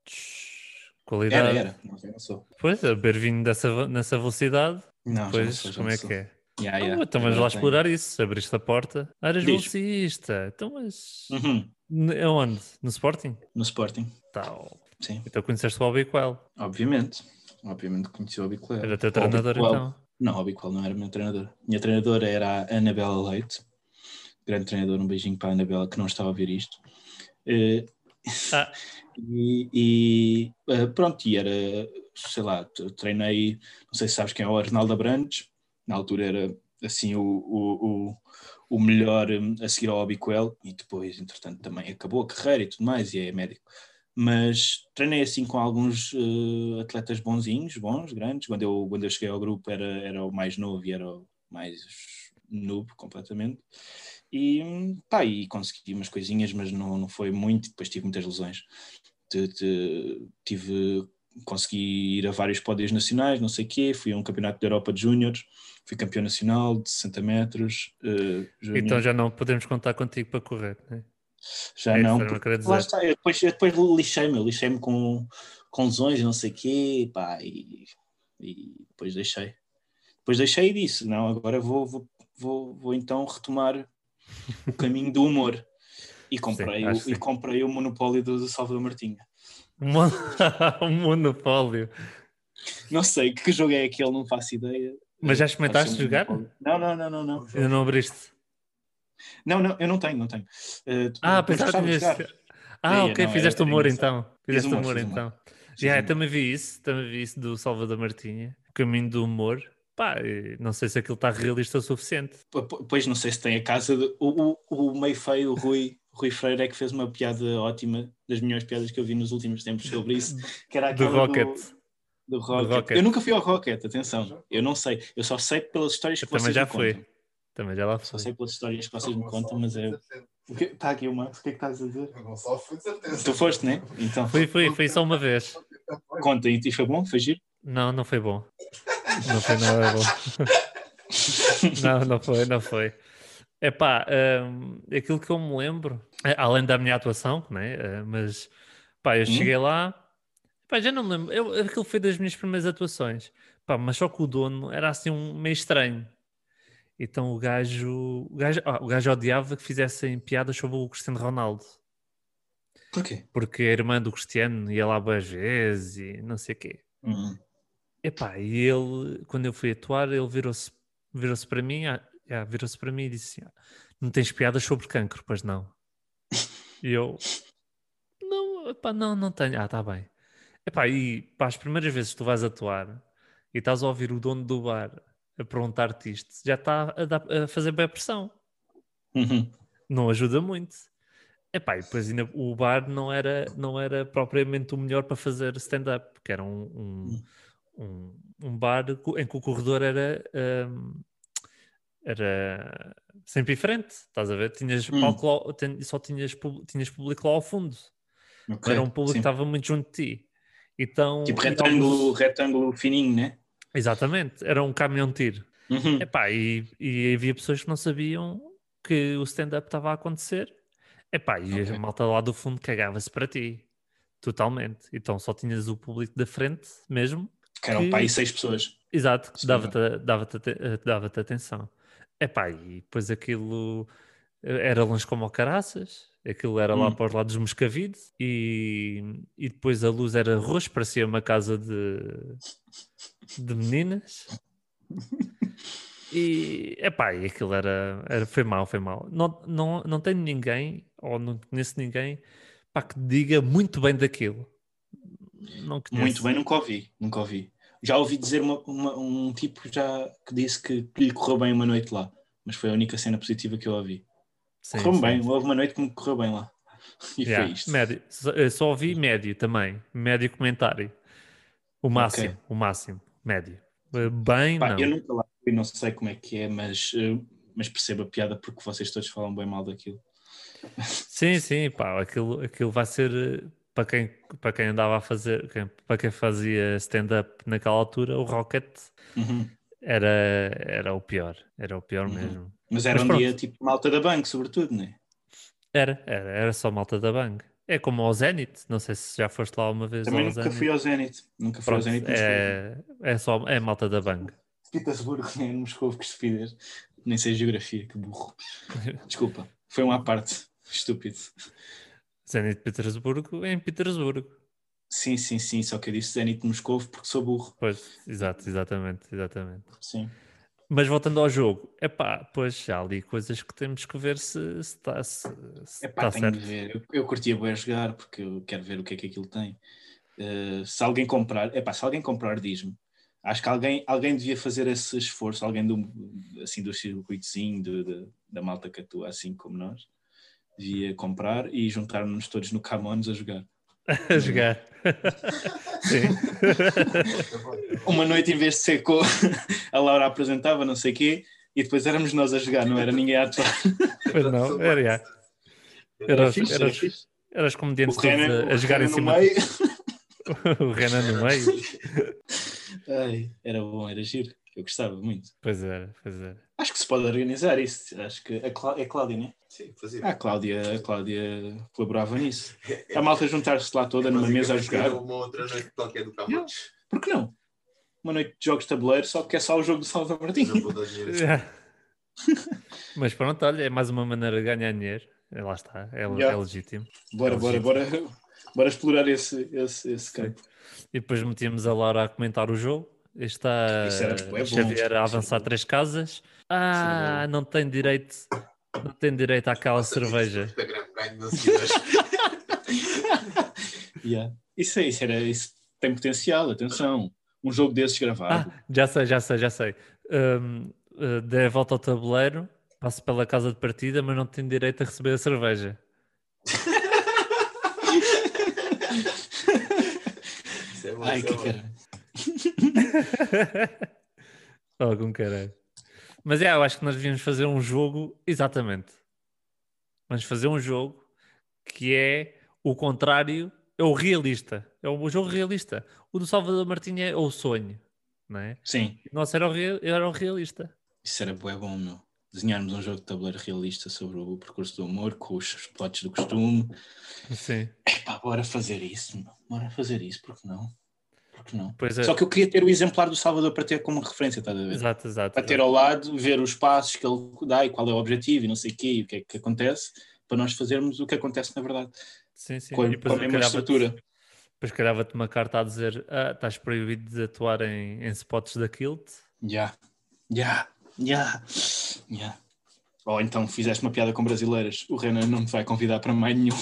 Tch, Era, qualidade. era, não, já não sou. Pois, a beber vinho dessa, nessa velocidade, Não, já não sou, depois, já como não é sou. que é? Yeah, Ah, yeah, então vamos agora lá tenho. explorar isso. Abriste a porta. Ah, eras Diz. bolsista. Então, mas. Uhum. N- Aonde? No Sporting? No Sporting, Tal. sim. Então conheceste o Obiquel. Obviamente. Obviamente conheci o Obiquel. Era teu O treinador Obiquel. então. Não, o Obiquel não era meu treinador. Minha treinadora era a Anabela Leite. Grande treinador, um beijinho para a Anabela que não está a ouvir isto. Eh, Ah, e, e, eh, pronto, e era, sei lá, t- treinei, não sei se sabes quem é o Arnaldo Abrantes. Na altura era assim o, o, o, o melhor hum, a seguir ao Obiquel. E depois, entretanto, também acabou a carreira e tudo mais, e é médico. Mas treinei assim com alguns uh, atletas bonzinhos, bons, grandes. Quando eu, quando eu cheguei ao grupo era, era o mais novo e era o mais noob completamente. E, pá, e consegui umas coisinhas, mas não, não foi muito. Depois tive muitas lesões. De, de, tive, consegui ir a vários pódios nacionais, não sei o quê. Fui a um campeonato da Europa de Júniores. Fui campeão nacional de sessenta metros, uh, então Júnior. já não podemos contar contigo para correr, né? Já É isso que não, eu porque querer lá dizer. está, eu depois, eu depois lixei-me, eu lixei-me com, com lesões e não sei o quê, pá, e E depois deixei. Depois deixei e disse, não, agora vou, vou, vou, vou então retomar o caminho do humor. E comprei, sim, o, e sim. comprei o Monopólio do, do Salvador Martinha. Um monopólio. Não sei que jogo é aquele, não faço ideia. Mas já Pode ser um experimentaste jogar? Monopólio. Não, não, não, não, não. Ainda não abriste? Não, não, eu não tenho, não tenho. Uh, Ah, mas pensava que gostava de tinhas. jogar. Ah, Daí, ok, não, era, fizeste era humor engraçado. então. Fiz Fizeste humor, humor fiz humor. então. Fiz Yeah, humor. também vi isso, também vi isso do Salvador Martinha. Caminho do humor. Pá, eh, não sei se aquilo está realista o suficiente. P- p- Pois não sei se tem a casa. De... O, o, o meio feio, o Rui, Rui Freire, é que fez uma piada ótima, das melhores piadas que eu vi nos últimos tempos sobre isso, que era Do aquela Rocket. do, do Do Rocket. Eu Rocket. nunca fui ao Rocket, atenção. Eu não sei. Eu só sei pelas histórias Eu que também vocês já me contam. fui. Também já lá Só fui. sei pelas histórias que vocês me contam, mas é. Está aqui o Max, o que é que estás a dizer? Eu não só fui de certeza. Tu foste, né? Então. Fui, fui, fui só uma vez. Conta, e e foi bom? Foi giro? Não, não foi bom. Não foi nada bom. Não, não foi, não foi. Epá, hum, aquilo que eu me lembro, eh, além da minha atuação, né? eh, mas pá, eu cheguei Hum? lá, pá, já não me lembro, eu, aquilo foi das minhas primeiras atuações, pá, mas só que o dono era assim um meio estranho. Então o gajo, o gajo, ah, o gajo odiava que fizessem piadas sobre o Cristiano Ronaldo, Porquê? porque a irmã do Cristiano ia lá várias vezes e não sei o quê. Hum. Epá, e ele, quando eu fui atuar, ele virou-se virou-se para mim, ah, ah, virou-se para mim e disse assim, ah, não tens piadas sobre cancro, pois não? E eu, não, epá, não, não tenho. Ah, tá bem. Epá, e para as primeiras vezes que tu vais atuar e estás a ouvir o dono do bar a perguntar-te isto, já está a, dar- a fazer bem pressão. Uhum. Não ajuda muito. Epá, e depois ainda, o bar não era, não era propriamente o melhor para fazer stand-up, porque era um, um, Hum. um, um bar em que o corredor era, hum, era sempre diferente, estás a ver? Tinhas Hum. palco lá- ten- só tinhas, pub- tinhas público lá ao fundo. Ok, Não era um público que sim. estava muito junto de ti. Então, Tipo e retângulo, alguns... retângulo fininho, né? Exatamente, era um caminhão de tiro. Uhum. Epá, e, e havia pessoas que não sabiam que o stand-up estava a acontecer. Epá, e a Ok. malta lá do fundo cagava-se para ti. Totalmente. Então só tinhas o público da frente mesmo Que eram para que... aí seis pessoas. Exato, que Se calhar. dava-te dava-te dava-te atenção. Epá, e depois aquilo eh, era longe como ao caraças, aquilo era lá Hum. para os lados dos Moscavide e, e depois a luz era roxo, parecia uma casa de, de meninas. E epá, e aquilo era, era, foi mal, foi mal. Não, não, não tenho ninguém, ou não conheço ninguém, pá, que diga muito bem daquilo. Não Muito conheço. bem, nunca ouvi, nunca ouvi. Já ouvi dizer uma, uma- um tipo já que disse que lhe correu bem uma noite lá, mas foi a única cena positiva que eu ouvi. Sim, Correu-me sim, bem, sim. houve uma noite que me correu bem lá. E foi Yeah, isto. médio. Só, eu só ouvi médio também. Médio comentário. O máximo, Ok. o máximo. Médio. Eh, Bem, Pá, eu não. nunca lá fui, não sei como é que é, mas, eh, mas percebo a piada porque vocês todos falam bem mal daquilo. Sim, sim, pá, aquilo, aquilo vai ser eh, para quem, para quem andava a fazer, quem- para quem fazia stand-up naquela altura, o Rocket Uhum, era, era o pior, era o pior uhum. mesmo. Mas era Mas um dia pronto, tipo malta da banca, sobretudo, não é? era, era, era só malta da Bang. É como ao Zenit, não sei se já foste lá uma vez Também ao nunca fui Zenit. ao Zenit. Nunca fui ao Pronto, Zenit de Moscou. é, é só, é malta da Bang. Petersburgo, nem Moscou, que estupidez. Nem sei geografia, que burro. Desculpa, foi uma à parte. Estúpido. Zenit de Petersburgo é em Petersburgo. Sim, sim, sim, só que eu disse Zenit de Moscou porque sou burro. Pois, exato, exatamente, exatamente. Sim. Mas voltando ao jogo, epá, pois já há ali coisas que temos que ver se está se, se Epá, tá tenho de certo. ver. Eu, eu curtia bem jogar porque eu quero ver o que é que aquilo tem. Uh, se alguém comprar, epá, se alguém comprar, diz-me. Acho que alguém, alguém devia fazer esse esforço, alguém do, assim, do circuitozinho de, de, da malta que atua assim como nós, devia comprar e juntar-nos todos no Camões a jogar. A jogar. Sim. Uma noite, em vez de ser com a Laura apresentava, não sei o quê, e depois éramos nós a jogar, não era ninguém a atuar. Pois não, era, já. Era, Era os, fixe, era, era os, fixe. era os O comediantes todos Renan, a, a o jogar em Renan no cima. meio. De... o Renan no meio. Ai, era bom, era giro. Eu gostava muito. Pois era, pois era. Acho que se pode organizar isso. Acho que a Clá- é Cláudia, não é? Sim, fazia. Ah, a Cláudia, a Cláudia colaborava nisso. A malta juntar-se lá toda numa mesa a jogar. Uma outra noite qualquer do Camões. Por que não? uma noite de jogos de tabuleiro, só que é só o jogo do Salvador Martinho. Não vou dar dinheiro. Mas pronto, olha, é mais uma maneira de ganhar dinheiro. É, lá está, é, Yeah. é legítimo. Bora, É bora, legítimo. bora, bora explorar esse, esse, esse campo. E depois metíamos a Laura a comentar o jogo. Está Isso era bué bom. Xavier a avançar Isso era três casas. Ah, bom. não tem direito, não tem direito àquela Passa cerveja. vídeos no Instagram, ganho mil seguidores. Yeah. Isso, é- isso, era, isso tem potencial, atenção. Um jogo desses gravado. Ah, já sei, já sei, já sei. Um, uh, dê a volta ao tabuleiro, passa pela casa de partida, mas não tem direito a receber a cerveja. Isso é bom, Ai, isso que é bom. caralho. Algum caralho. Mas é, eu acho que nós devíamos fazer um jogo, exatamente. Vamos fazer um jogo que é o contrário, é o realista. É o jogo realista. O do Salvador Martinha é o sonho, não é? Sim, O nosso era o, real, era o realista. isso era bué bom, meu. Desenharmos um jogo de tabuleiro realista sobre o percurso do amor, com os plots do costume. Sim. Epá, bora fazer isso, meu. Bora fazer isso, porque não? Porque não? Pois é. Só que eu queria ter o exemplar do Salvador para ter como referência, estás a ver? Exato, exato. Para ter exato. ao lado, ver os passos que ele dá e qual é o objetivo e não sei o quê e o que é que acontece, para nós fazermos o que acontece na verdade. Sim, sim. Com a, E depois com a mesma calhava-te- estrutura. Depois calhava-te uma carta a dizer ah, estás proibido de atuar em, em spots da Kilt. Já, já, já, já. Ou então fizeste uma piada com brasileiras. O Renan não te vai convidar para mais nenhum.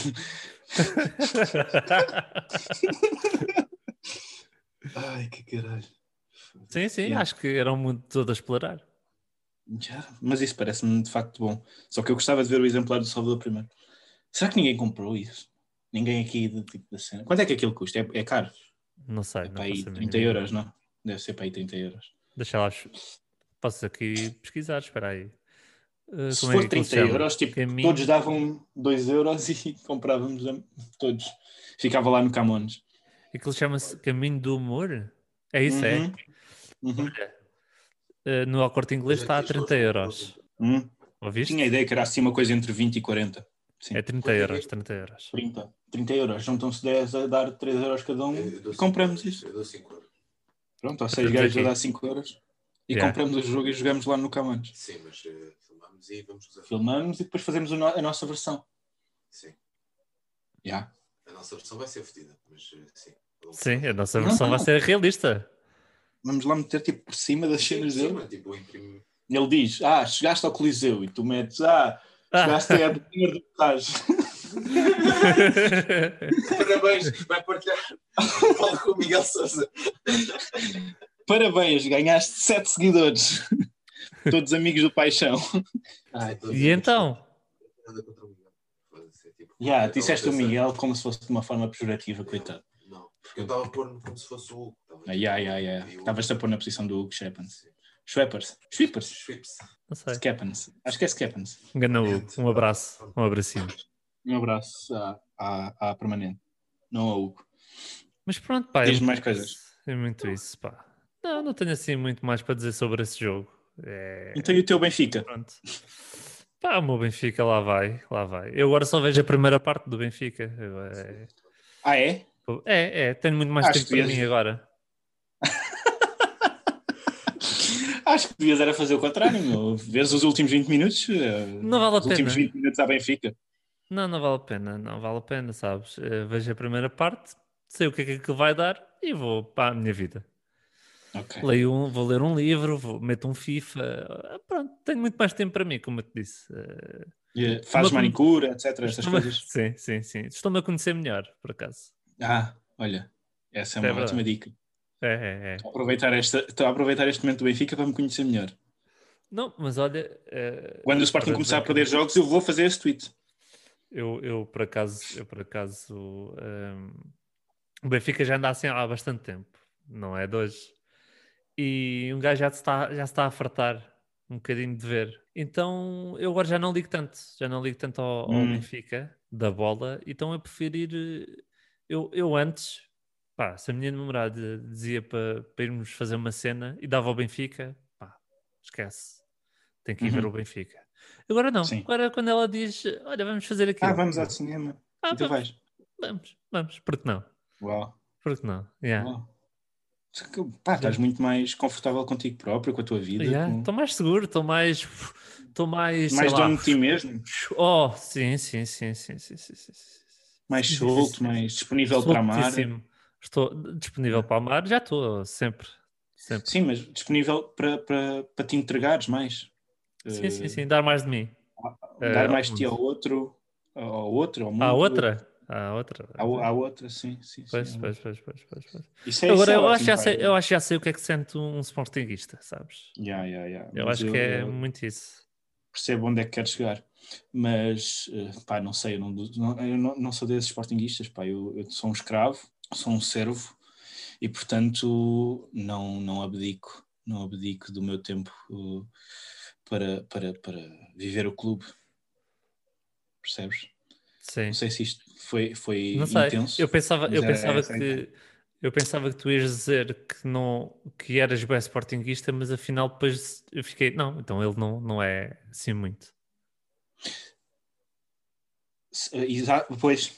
Ai, que caralho. Sim, sim, Yeah. acho que era um mundo todo a explorar. Já, mas isso parece-me de facto bom. Só que eu gostava de ver o exemplar do Salvador primeiro. Será que ninguém comprou isso? Ninguém aqui do tipo da cena. Quanto é que aquilo custa? É, é caro? Não sei, É não para aí faço a trinta mínima euros, ideia. não? Deve ser para aí trinta euros. Deixa lá, posso aqui pesquisar, espera aí. Uh, Se como é for que aquilo se trinta chama? euros, tipo, Caminho... todos davam dois euros e comprávamos a- todos. Ficava lá no Camões. Aquilo chama-se Caminho do Humor? É isso, é? Uhum, uhum. Olha, uh, no Al Corte Inglês Hoje está a aqui estou trinta a euros. Hum. Ouviste? Tinha a ideia que era assim uma coisa entre vinte e quarenta. Sim. É trinta euros, trinta euros. trinta. trinta euros. Juntam-se dez a dar três euros cada um Eu dou e compramos cinco isso. euros, Eu dou cinco euros. Pronto, ou seis Estamos gajos a aqui. dar cinco euros e Yeah. compramos o jogo e jogamos lá no Camões. Sim, mas uh, filmamos e vamos usar. Filmamos e depois fazemos o no- a nossa versão. Sim. Já. A nossa versão vai ser fodida, mas uh, sim. Sim, a nossa Não, versão não. vai ser realista. Vamos lá meter tipo por cima das Sim, cenas sim, dele. mas tipo, imprime. Ele diz, ah, chegaste ao Coliseu e tu metes, ah, Ah. chegaste a dinheiro do Taj. Parabéns, vai partilhar o Paulo com o Miguel Sousa. Parabéns, ganhaste sete seguidores. Todos amigos do Paixão. Ai, E então? Nada contra o Miguel. Foda-se, é tipo, Já, eu disseste tava o a pensar- Miguel como se fosse de uma forma pejorativa, coitado. Não, porque eu estava a pôr como se fosse o Hugo. Tava- Ah, já, já, já. E o- Estavas-te a pôr na posição do Hugo Shepens. Schweppers. Schweppers. Schweppes. Não sei. Skepens. Acho que é Skepens. Engana o Hugo. Um abraço. Um abracinho. Um abraço à, à, à permanente. Não ao Hugo. Mas pronto, pá. É Diz-me muito mais coisas. isso. É muito isso, pá. Não, não tenho assim muito mais para dizer sobre esse jogo. É... Então e o teu Benfica? Pronto. Pá, o meu Benfica lá vai, lá vai. Eu agora só vejo a primeira parte do Benfica. Eu, é... Ah, é? é, é, tenho muito mais Acho tempo que para devias- mim agora. Acho que devias era fazer o contrário, meu. Vês os últimos vinte minutos? eh, Não vale a Os últimos pena. vinte minutos à Benfica. Não, não vale a pena, não vale a pena, sabes? Eh, vejo a primeira parte, sei o que é que aquilo vai dar e vou para a minha vida. Ok. Leio um, vou ler um livro, vou, meto um FIFA. Ah, pronto, tenho muito mais tempo para mim, como eu te disse. Eh, E fazes Uma- manicure, etcétera. Essas estou-me a- coisas. Sim, sim, sim. Estou-me a conhecer melhor, por acaso. Ah, olha. Essa é É uma verdade. ótima dica. É, é, é. Estou a aproveitar, esta, estou a aproveitar este momento do Benfica para me conhecer melhor. Não, mas olha. eh, Quando o Sporting para começar a dizer perder que jogos, eu vou fazer esse tweet. Eu, eu, por acaso, eu, por acaso ehm, o Benfica já anda assim há bastante tempo, não é de hoje. E um gajo já se está, já se está a fartar um bocadinho de ver. Então eu agora já não ligo tanto, já não ligo tanto ao, ao Hum. Benfica da bola, então eu prefiro ir. eh, Eu, eu antes, pá, se a minha namorada dizia para, para irmos fazer uma cena e dava ao Benfica, pá, esquece, tem que ir ver Uhum. o Benfica. Agora não, Sim. agora quando ela diz, olha, vamos fazer aquilo. Ah, vamos ao cinema. Ah, E tu vamos, vais? vamos, vamos, porque não? Uau. Porque não? Yeah. Uau. Pá, estás muito mais confortável contigo próprio, com a tua vida. Yeah, com... Estou mais seguro, estou mais. Estou mais. Mais sei lá, dono de ti mesmo. Oh, sim, sim, sim, sim, sim, sim, sim, sim. Mais Sim, sim, solto, sim. mais disponível para amar. Soltíssimo. Estou disponível para amar, já estou, sempre. sempre. Sim, mas disponível para, para, para te entregares mais. Sim, sim, Uh, sim, dar mais de mim. dar Uh, mais ao de ti mundo. ao outro, ao outro, ao Há mundo. outra? Há outra. À, à outra, sim, sim, sim. Pois, pois, pois, pois, pois, pois. Isso é, isso Agora, é eu acho, que ótimo, já pá. sei, eu acho que já sei o que é que sente um sportinguista, sabes? Yeah, yeah, yeah. Eu Mas acho que eu, é eu muito isso. percebo onde é que queres chegar. Mas, uh, pá, não sei, eu não, não, eu não, não sou desses sportinguistas, pá. Eu, eu sou um escravo, sou um servo e, portanto, não, não abdico, não abdico do meu tempo uh, para, para, para viver o clube. Percebes? Sim. Não sei se isto foi, foi Não sei. intenso. Eu pensava, eu pensava essa que eu pensava que tu ias dizer que não que eras bem sportinguista, mas afinal depois eu fiquei, não, então ele não, não é assim muito. Exato, pois.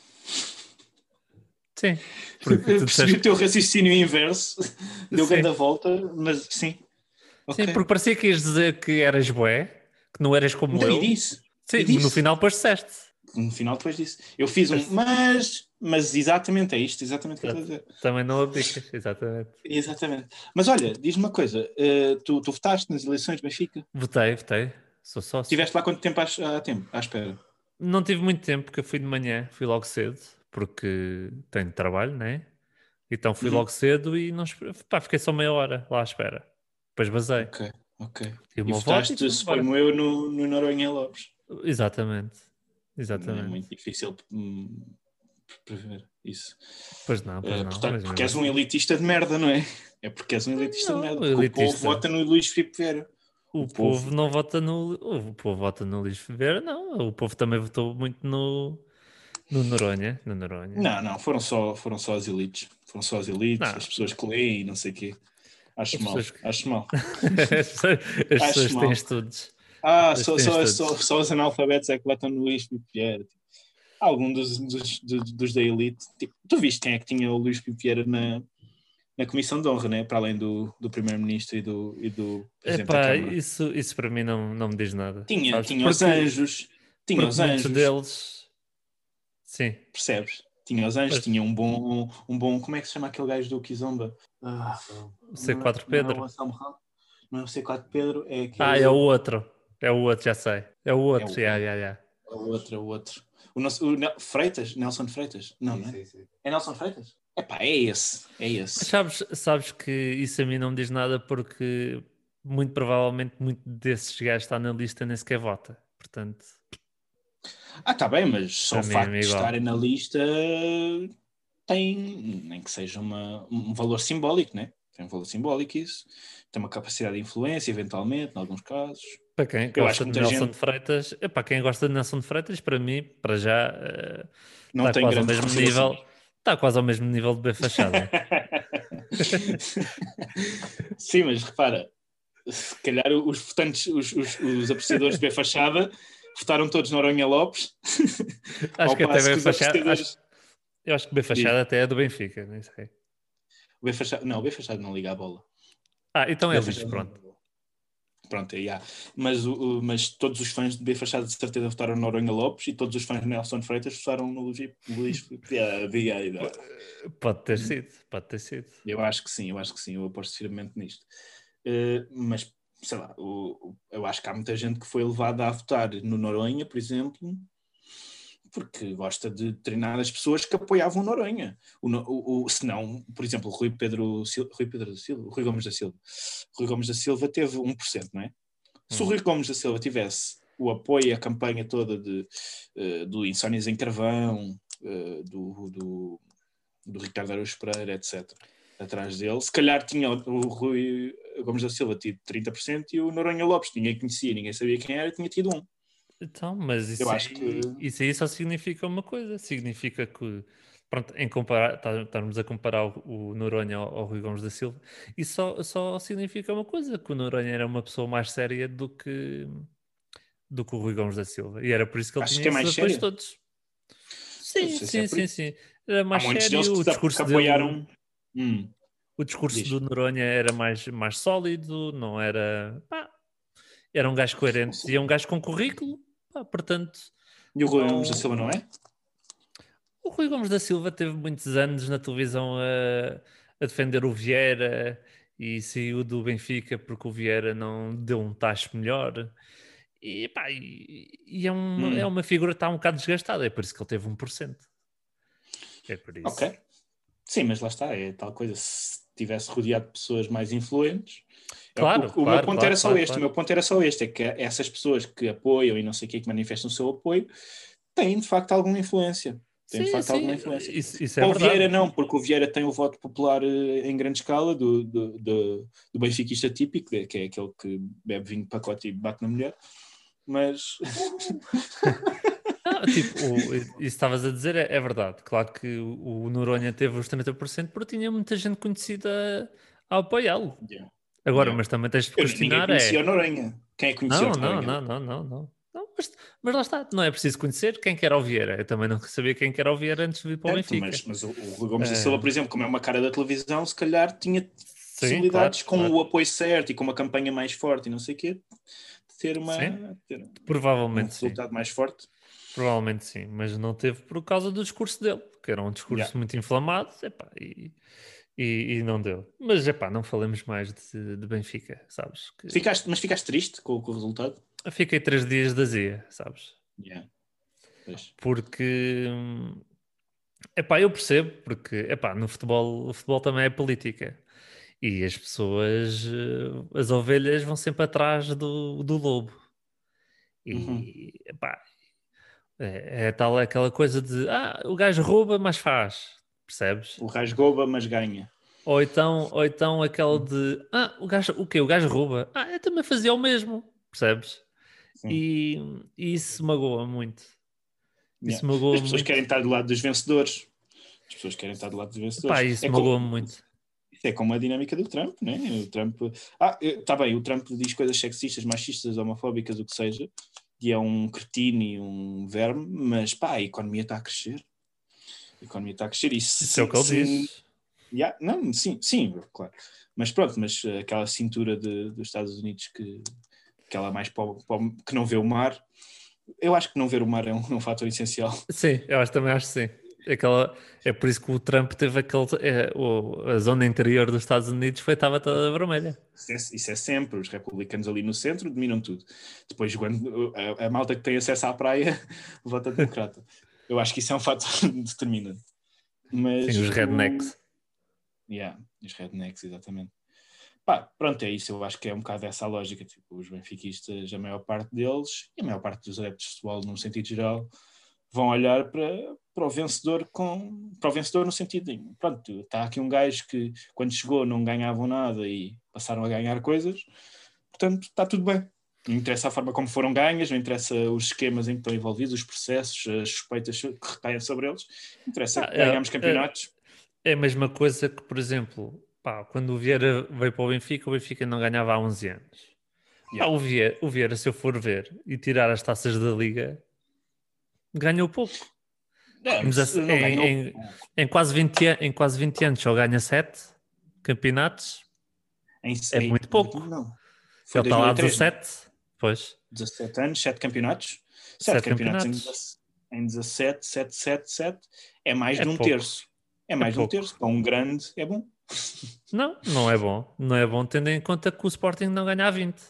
Sim. Porque tu Percebi disseste... o teu raciocínio inverso, deu Sim. grande a volta, mas sim. Sim, Okay. porque parecia que ias dizer que eras bué, que não eras como Então, eu. e disse. Sim, E disse. no final depois disseste. No final depois disse. Eu fiz um, mas, mas exatamente é isto, exatamente o que eu estou a dizer. Também não abdicas, exatamente. Exatamente. Mas olha, diz-me uma coisa, uh, tu, tu votaste nas eleições de Benfica? Votei, votei. Sou sócio. Tiveste lá quanto tempo à, à, tempo, à espera? Não tive muito tempo, porque eu fui de manhã, fui logo cedo, porque tenho trabalho, né? Então fui Uhum. logo cedo e não, pá, fiquei só meia hora lá à espera. Depois basei. Ok, ok. Tive E uma volta e votaste, fui embora. suponho eu, no, no Noronha Lopes. Exatamente. Não é Exatamente. muito difícil hum, prever isso. Pois não, pois Uh, não. portanto, Mas porque mesmo és um assim. elitista de merda, não é? É porque és um elitista Não, de merda. Porque elitista. o povo vota no Luís Filipe Vieira. O, O povo, povo. não vota no. O povo vota no Luís Ferreira, não. O povo também votou muito no, no Noronha. No Noronha. Não, não, foram só, foram só as elites. Foram só as elites, Não. as pessoas que leem e não sei o quê. Acho mal, Que... acho mal. as pessoas, as pessoas Acho têm mal. estudos. Ah, As só, têm só, estudos. só, só os analfabetos é que votam no Luís Filipe Vieira. Algum dos, dos, dos, dos da elite. Tipo, tu viste quem é que tinha o Luís Filipe Vieira na, na Comissão de Honra, né? Para além do, do Primeiro-Ministro e do, e do Presidente da Epá, Câmara. isso, isso para mim não, não me diz nada. Tinha, Sabes? tinha os Porque, anjos, tinha porque os muitos anjos, deles. Sim. percebes? Tinha os anjos, Pois. tinha um bom, um bom. Como é que se chama aquele gajo do Kizomba? Ah, O C quatro não, não é Pedro. o Anselmo Ramos, não é o C quatro Pedro, é aquele. Ah, é o outro. É o outro, já sei. É o É outro, o, yeah, yeah, yeah. é o outro, é o outro. O, nosso, o Nel- Freitas? Nelson Freitas? Não, Sim, não é? sim, sim. É Nelson Freitas? Epá, é esse, é Mas esse. sabes, sabes que isso a mim não me diz nada porque muito provavelmente muito desses gajos está na lista nem sequer vota. Portanto, Ah, tá bem, mas só para o mim é facto de igual. estarem na lista tem, nem que seja uma, um valor simbólico, né? Tem um valor simbólico isso. Tem uma capacidade de influência, eventualmente, em alguns casos. Para quem Eu acho gosta que de muita Nelson gente de Freitas, epá, quem gosta de Nelson de Freitas, para mim, para já, eh, não está tem quase ao grandes mesmo considerações. nível. Está quase ao mesmo nível de B Fachada. Sim, mas repara, se calhar os votantes, os, os, os apreciadores de B Fachada votaram todos no Noronha Lopes, Acho ao que até passo B que os Fachada, acho, apreciadores. eu acho que B Diz, Fachada até é do Benfica, nem sei. o B Fachada, não, o B Fachada não liga a bola. Ah, então O é B lixo, Fachada não pronto. liga a bola. Pronto, é, yeah. mas, o, mas todos os fãs de B Fachada de certeza votaram no Noronha Lopes e todos os fãs de Nelson Freitas votaram no Luís, Luís Filipe Vieira. Pode ter sido, pode ter sido. Eu acho que sim, eu acho que sim, eu aposto firmemente nisto. Uh, mas, sei lá, o, o, eu acho que há muita gente que foi levada a votar no Noronha, por exemplo, porque gosta de treinar as pessoas que apoiavam o Noronha. O, o, o, se não, por exemplo, o Rui Pedro, Rui Pedro da Silva, o Rui Gomes da Silva. Rui Gomes da Silva teve um por cento, não é? Se o Rui Gomes da Silva tivesse o apoio e a campanha toda de, uh, do Insónias em Carvão, uh, do, do, do Ricardo Araújo Pereira, etcétera, atrás dele, se calhar tinha o Rui Gomes da Silva tido trinta por cento e o Noronha Lopes, ninguém conhecia, ninguém sabia quem era, tinha tido um. Então, mas isso, Eu aí, acho que... isso aí só significa uma coisa, significa que, pronto, em comparar, tá, estarmos a comparar o, o Noronha ao, ao Rui Gomes da Silva, isso só, só significa uma coisa, que o Noronha era uma pessoa mais séria do que, do que o Rui Gomes da Silva, e era por isso que ele Acho tinha que é esses mais apoios sério. todos. Não Sim, sei se é sim, por sim, isso. sim. Era Há mais muitos deles sério, que, o que discurso dele... apoiaram... Hum. o discurso Diz. do Noronha era mais, mais sólido, não era... Pá, era um gajo coerente e é um gajo com currículo, pá, portanto... E o Rui não... Gomes da Silva não é? O Rui Gomes da Silva teve muitos anos na televisão a, a defender o Vieira e saiu do Benfica porque o Vieira não deu um tacho melhor. E, pá, e, e é, uma, Hum. é uma figura que está um bocado desgastada, é por isso que ele teve um por cento. É por isso. Ok. Sim, mas lá está, é tal coisa. Se tivesse rodeado de pessoas mais influentes. Claro, é, o, o claro, meu ponto claro, era só claro, este. claro. O meu ponto era só este: é que essas pessoas que apoiam e não sei o que, que manifestam o seu apoio, têm de facto alguma influência. Têm de Sim, facto sim, alguma influência. isso, isso é Com o verdade. Vieira não, porque o Vieira tem o voto popular eh, em grande escala do, do, do, do benfiquista típico, que é aquele que bebe vinho de pacote e bate na mulher. Mas Não, tipo, o, isso que estavas a dizer é, é verdade. Claro que o, o Noronha teve os trinta por cento porque tinha muita gente conhecida a apoiá-lo. yeah, Agora, yeah. mas também tens de Eu, ninguém questionar conhecia é... o Noronha. Quem é que conhecia Não, o não, Noronha? não, não, não, não. Não, mas, mas lá está, não é preciso conhecer quem que era o Vieira. Eu também não sabia quem que era o Vieira antes de vir para o Certo, Benfica. mas, mas o, o Rui Gomes da Silva, Ah, por exemplo, como é uma cara da televisão, se calhar tinha sim, claro, possibilidades com claro. o apoio certo e com uma campanha mais forte e não sei o quê, de ter, Sim, uma, ter um provavelmente sim. resultado mais forte. Provavelmente sim, mas não teve por causa do discurso dele, que era um discurso Yeah. muito inflamado, epá, e, e, e não deu. Mas epá, não falemos mais de, de Benfica, sabes? Que Ficaste, mas ficaste triste com, com o resultado? eu fiquei três dias de azia, sabes? Yeah. Pois. Porque, hum, epá, eu percebo, porque epá, no futebol, o futebol também é política. E as pessoas, eh, as ovelhas vão sempre atrás do, do lobo. Uhum. E epá, é, é tal aquela coisa de ah, o gajo rouba, mas faz, percebes? O rasgoba, mas ganha. Ou então, ou então aquela de ah, o gajo, o quê? O gajo rouba? Ah, eu também fazia o mesmo, percebes? Sim. E, e isso magoa muito. Yeah. Isso magoa As pessoas muito. querem estar do lado dos vencedores. As pessoas querem estar do lado dos Pá, vencedores. isso É magoa como, muito. isso é como a dinâmica do Trump, né? O Trump. Ah, está bem, o Trump diz coisas sexistas, machistas, homofóbicas, o que seja, e é um cretino e um verme, mas pá, a economia está a crescer. A economia está a crescer. E Isso se, é o que ele se, diz. yeah, não, sim, sim, claro. Mas pronto, mas aquela cintura de, dos Estados Unidos que aquela mais pobre, pobre, que não vê o mar, eu acho que não ver o mar é um, um fator essencial. Sim, eu acho, também acho que sim. Aquela, é por isso que o Trump teve aquele. É, o, a zona interior dos Estados Unidos foi, estava toda vermelha. Isso é, isso é sempre, os republicanos ali no centro dominam tudo. Depois, quando a, a malta que tem acesso à praia vota democrata. Eu acho que isso é um fator determinante. Mas Sim, os o... rednecks. Yeah, os rednecks, exatamente. Pá, pronto, é isso. Eu acho que é um bocado essa a lógica. Tipo, os benfiquistas, a maior parte deles, e a maior parte dos adeptos de futebol, num sentido geral, vão olhar para, para o vencedor com para o vencedor no sentido de, pronto, está aqui um gajo que quando chegou não ganhavam nada e passaram a ganhar coisas, portanto está tudo bem. Não interessa a forma como foram ganhas, não interessa os esquemas em que estão envolvidos, os processos, as suspeitas que recaem sobre eles, interessa Ah, que é, ganhamos é, campeonatos. é a mesma coisa que, por exemplo, pá, quando o Vieira veio para o Benfica, o Benfica não ganhava há onze anos. Pá, Yeah. o, Vieira, o Vieira, se eu for ver e tirar as taças da Liga, ganhou pouco. Não, Em, dezace- não em, ganhou. em, em quase vinte, an- em quase vinte anos só ganha sete campeonatos, Em, é em, muito pouco. não. Foi Ele está lá há dois mil e três, não? dezassete, pois, dezassete anos, sete campeonatos. sete sete campeonatos em, campeonatos. em dezassete, sete, sete, sete. É mais É de um pouco, terço. É é mais de um pouco. terço. Para um grande, é bom. Não, não é bom. Não é bom tendo em conta que o Sporting não ganha há vinte.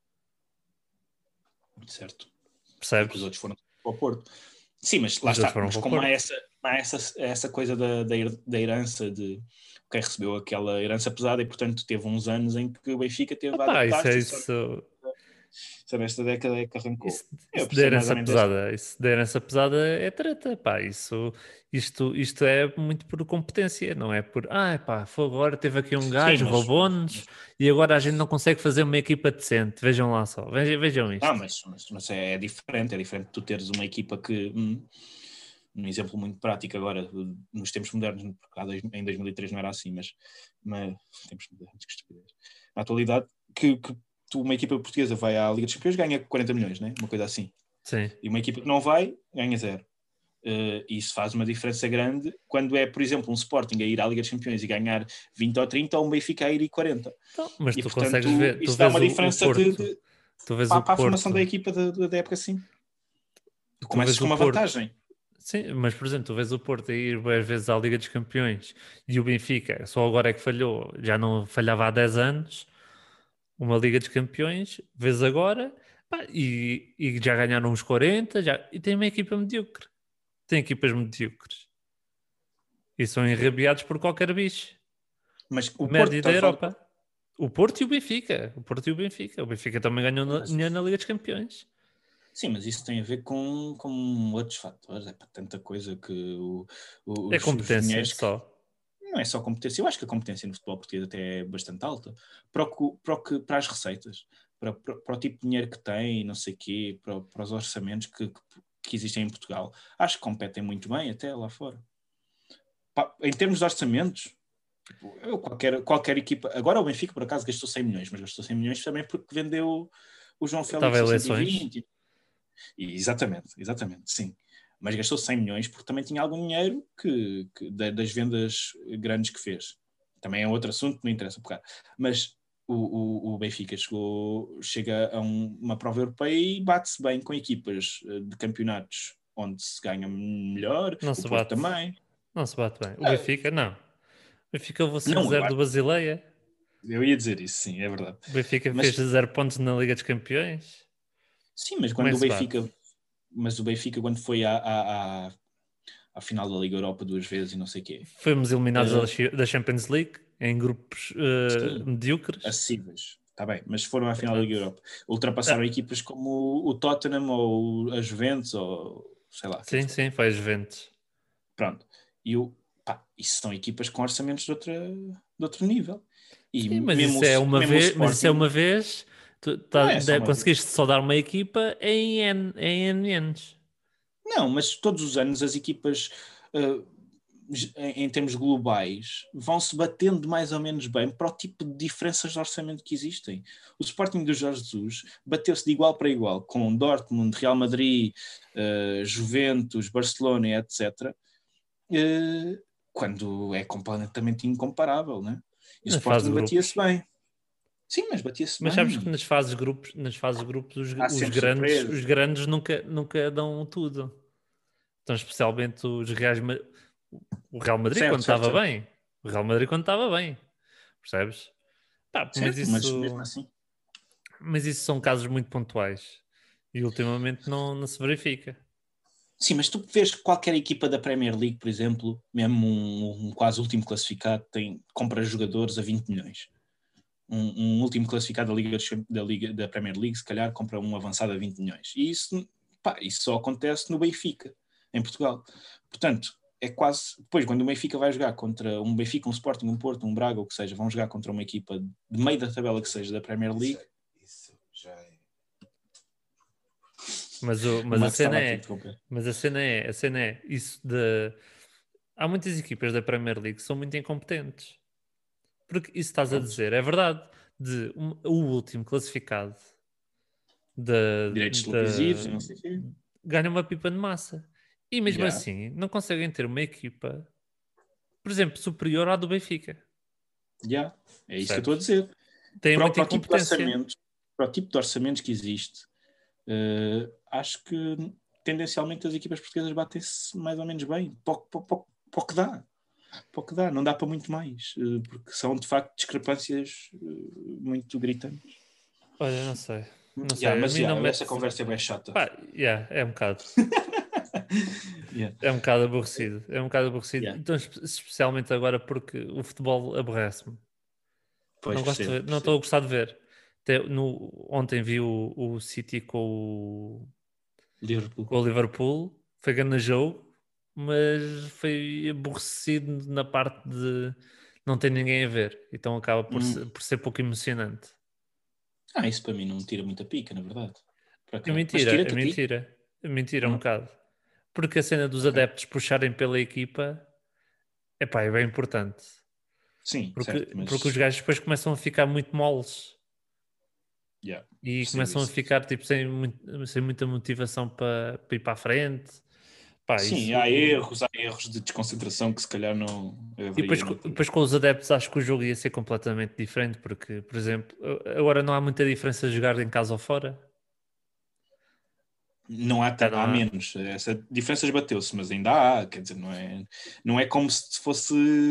Certo. Porque os Percebes? outros foram para o Porto. Sim, mas lá Os outros está. foram Mas para o como há Porto. essa, há essa, essa coisa da, da, her- da herança, de quem recebeu aquela herança pesada e, portanto, teve uns anos em que o Benfica teve a Epá, isso é adaptar-se e só, isso. só nesta década é que arrancou. Isso, Eu isso de percebo mais ou herança menos esta. pesada, isso de herança pesada é treta, pá, isso, isto, isto é muito por competência, não é por, ah, pá, foi agora teve aqui um Sim, gajo, mas, mas, roubou-nos mas e agora a gente não consegue fazer uma equipa decente, vejam lá só, vejam, vejam Não, isto. mas, mas, mas é diferente, é diferente tu teres uma equipa que, hum, um exemplo muito prático agora, nos tempos modernos, porque há dois, em dois mil e três não era assim, mas, mas tempos modernos, que estupidez. Na atualidade, que, que tu, uma equipa portuguesa vai à Liga dos Campeões ganha quarenta milhões, né? Uma coisa assim. Sim, E uma equipa que não vai, ganha zero. Uh, isso faz uma diferença grande quando é, por exemplo, um Sporting a ir à Liga dos Campeões e ganhar vinte ou trinta, ou um Benfica a ir e quarenta. Então, mas e, tu portanto, consegues ver, tu isso dá vês uma o, diferença o de, Porto, de, tu vês para, o para a Porto, formação da equipa da, da época assim. Tu tu começas vês com o uma Porto. vantagem. Sim, mas por exemplo, tu vês o Porto a ir várias vezes à Liga dos Campeões e o Benfica só agora é que falhou, já não falhava há dez anos, uma Liga dos Campeões, vês agora, pá, e, e já ganharam uns quarenta, já, e tem uma equipa medíocre. Tem equipas medíocres. E são enrabiados por qualquer bicho. Mas o Porto Médio da está a falar- Europa. O Porto e o Benfica. O Porto e o Benfica. O Benfica também ganhou na, Mas- na Liga dos Campeões. Sim, mas isso tem a ver com, com outros fatores. É para tanta coisa que o, o, É os, os competência dinheiros que- só. não é só competência. Eu acho que a competência no futebol português até é bastante alta. Para, o, que- para, o que- para as receitas, para, para, para o tipo de dinheiro que tem, não sei o quê, para, para os orçamentos que, que, que existem em Portugal. Acho que competem muito bem até lá fora. Pa- Em termos de orçamentos, tipo, eu, qualquer, qualquer equipa... Agora o Benfica, por acaso, gastou cem milhões, mas gastou cem milhões também porque vendeu o João Félix Estava a eleições. cento e vinte. E, exatamente, exatamente, sim. Mas gastou cem milhões porque também tinha algum dinheiro que, que, da- das vendas grandes que fez. Também é outro assunto, não interessa um bocado. Mas o, o, o Benfica chegou, chega a um- uma prova europeia e bate-se bem com equipas eh, de campeonatos onde se ganha melhor, Não o se Porto bate. também. Não se bate bem. O Ah, Benfica, não. O Benfica levou não, eu, cinco zero do Basileia. eu ia dizer isso, sim, é verdade. O Benfica Mas fez zero pontos na Liga dos Campeões. sim, mas Como é quando que o se bate? Benfica, mas o Benfica quando foi à, à, à, à final da Liga Europa duas vezes e não sei o quê, Fomos eliminados eh, da Chi- da Champions League em grupos eh, sim, medíocres. acessíveis, está bem, mas foram à final da Liga Portanto, Europa. Ultrapassaram ah, equipas como o, o Tottenham ou a Juventus ou sei lá quem sim, for. sim, foi as Juventus. Pronto. E o, pá, isso são equipas com orçamentos de, outra, de outro nível. E Sim, mas mesmo, isso é o, uma mesmo o vez, mas isso é Sporting uma vez. Tu não tá, é só de- uma vez. conseguiste só dar uma equipa em N, em N anos. Não, mas todos os anos as equipas, uh, em, em termos globais, vão-se batendo mais ou menos bem para o tipo de diferenças de orçamento que existem. O Sporting do Jorge Jesus bateu-se de igual para igual com Dortmund, Real Madrid, uh, Juventus, Barcelona, etcétera. Uh, quando é completamente incomparável, né? E o Na fase Sporting de batia-se grupos. bem. Sim, mas batia-se Mas bem. sabes que nas fases de grupos, nas fases de grupos os, Há os sempre grandes, surpresas. os grandes nunca, nunca dão tudo. Então, especialmente os Reais, Ma- o Real Madrid Certo, quando certo, estava certo. bem. O Real Madrid quando estava bem. Percebes? Pá, mas Certo, mas mesmo isso, assim. mas isso são casos muito pontuais. E ultimamente não, não se verifica. Sim, mas tu vês que qualquer equipa da Premier League, por exemplo, mesmo um, um quase último classificado, tem, compra jogadores a vinte milhões. Um, um último classificado da Liga, da Liga da Premier League, se calhar, compra um avançado a vinte milhões. E isso, pá, isso só acontece no Benfica, em Portugal. Portanto, é quase... Depois, quando o Benfica vai jogar contra um Benfica, um Sporting, um Porto, um Braga, ou o que seja, vão jogar contra uma equipa de meio da tabela que seja da Premier League... Isso já é. Mas, o, O mas a Max cena estava aqui a é, interromper. mas a cena é, a cena é isso de. Há muitas equipas da Premier League que são muito incompetentes. Porque isso estás a Pronto. dizer, é verdade. De um- o último classificado da, Direitos televisivos, da, e não sei o quê. ganha uma pipa de massa. E mesmo Yeah. assim, não conseguem ter uma equipa, por exemplo, superior à do Benfica. Yeah. É isso que eu Percebes? estou a dizer. Tem Para, o- muita para o tipo de incompetência. orçamentos, para o tipo de orçamentos que existe, eh, acho que tendencialmente as equipas portuguesas batem-se mais ou menos bem, para, o- para, o- para o que dá. Para o que dá, não dá para muito mais, eh, porque são de facto discrepâncias eh, muito gritantes. Olha, não sei. Não sei. Yeah, A mas mim yeah, não essa mete. conversa é bem chata. Pá, yeah, é um bocado. Yeah. É um bocado aborrecido. É um bocado aborrecido. Yeah. Então, espe- especialmente agora porque o futebol aborrece-me. Pois Não gosto de percebo, ver, não percebo. estou a gostar de ver. Até no, ontem vi o, o City com o, Liverpool. com o Liverpool. Foi grande jogo, mas foi aborrecido na parte de não ter ninguém a ver. Então acaba por, Hum. ser, por ser pouco emocionante. Ah, isso para mim não me tira muita pica, na verdade. Para É cá. Mas mentira, tira-te é a ti? mentira. É mentira um Hum. bocado. Porque a cena dos Ok. adeptos puxarem pela equipa epá, é bem importante. Sim, Porque, certo, mas... porque os gajos depois começam a ficar muito moles Yeah, e percebo começam a isso. ficar tipo, sem, muito- sem muita motivação para, para ir para a frente. Pá, Sim, isso... há erros, há erros de desconcentração que se calhar não E depois, haveria. depois com os adeptos acho que o jogo ia ser completamente diferente, porque, por exemplo, agora não há muita diferença de jogar em casa ou fora. Não há, Já tan- não há há. menos. Essa diferença esbateu-se, mas ainda há. Quer dizer, não é, não é como se fosse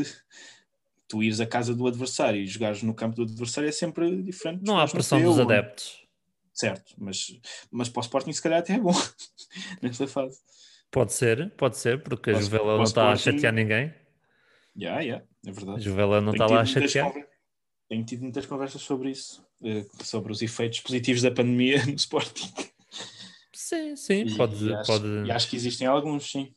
tu ires à casa do adversário e jogares no campo do adversário, é sempre diferente de Não há jogares no pressão teu. dos adeptos. Certo, mas, mas para o Sporting se calhar até é bom nesta fase. Pode ser, pode ser, porque a Para o, Juvela para o não está a Sporting, chatear ninguém. yeah, yeah, é A verdade. Juvela não Tenho está lá a tido muitas chatear. conver- Tenho tido muitas conversas sobre isso, eh, sobre os efeitos positivos da pandemia no Sporting. Sim, sim, E, e pode, acho, pode. e acho que existem alguns, sim.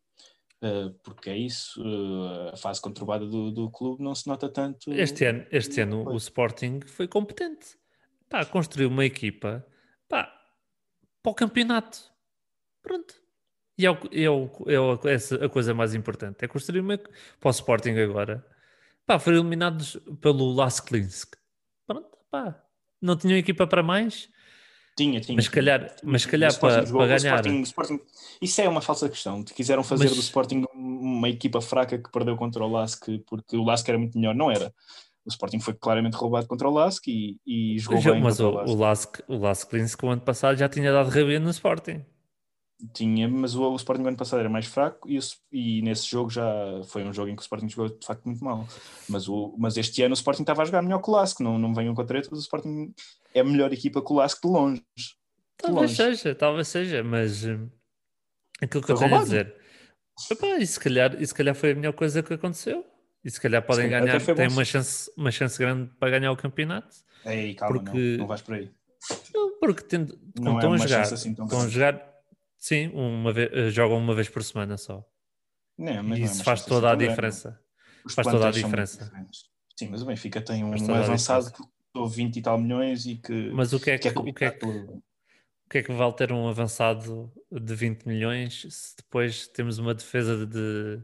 Uh, porque é isso, uh, a fase conturbada do, do clube não se nota tanto. Este ano, este ano o Sporting foi competente. Pá, construiu uma equipa, pá, para o campeonato. Pronto. E é, o, é, o, é o- essa a coisa mais importante. É construir uma para o Sporting agora. Pá, foram eliminados pelo Lask Linsk. Pronto, pá. Não tinham equipa para mais, Tinha, mas tinha, se tinha. calhar, Tinha, mas se tinha. O calhar Sporting para, para jogou, o Sporting, o ganhar. Sporting. Isso é uma falsa questão. Quiseram fazer do Mas, Sporting uma equipa fraca que perdeu contra o Lask porque o Lask era muito melhor. Não era. O Sporting foi claramente roubado contra o Lask e, e jogou bem mas contra o o, o Lask. Lask, o Lask Linsk, o ano passado, já tinha dado rabia no Sporting. Tinha, mas o, o Sporting ano passado era mais fraco e, o, e nesse jogo já foi um jogo em que o Sporting jogou de facto muito mal. Mas, o, mas este ano o Sporting estava a jogar melhor que o Lask, não, não me venham com tretas, o Sporting é a melhor equipa que o Lask de longe. De Talvez longe. seja, talvez seja, mas hum, aquilo que eu Foi tenho a roubado. dizer, epá, e se calhar, e se calhar foi a melhor coisa que aconteceu. E se calhar Se podem calhar até ganhar, foi bom. têm uma chance, uma chance grande para ganhar o campeonato. Ei, calma, não, não Porque, vais por aí. não, porque tendo, como Não é estão a uma jogar, chance assim tão estão a grande. jogar, sim, uma vez, eh, jogam uma vez por semana só. Não, mas E não é isso uma faz chance assim toda a tão grande. Não. diferença. Os Faz toda a plantéis são muito diferença. diferentes. Sim, mas o Benfica tem Faz um toda a avançado diferença. que custou vinte e tal milhões e que, Mas o que é que que, é o que é combinado que, pelo... o que é que vale ter um avançado de vinte milhões se depois temos uma defesa de,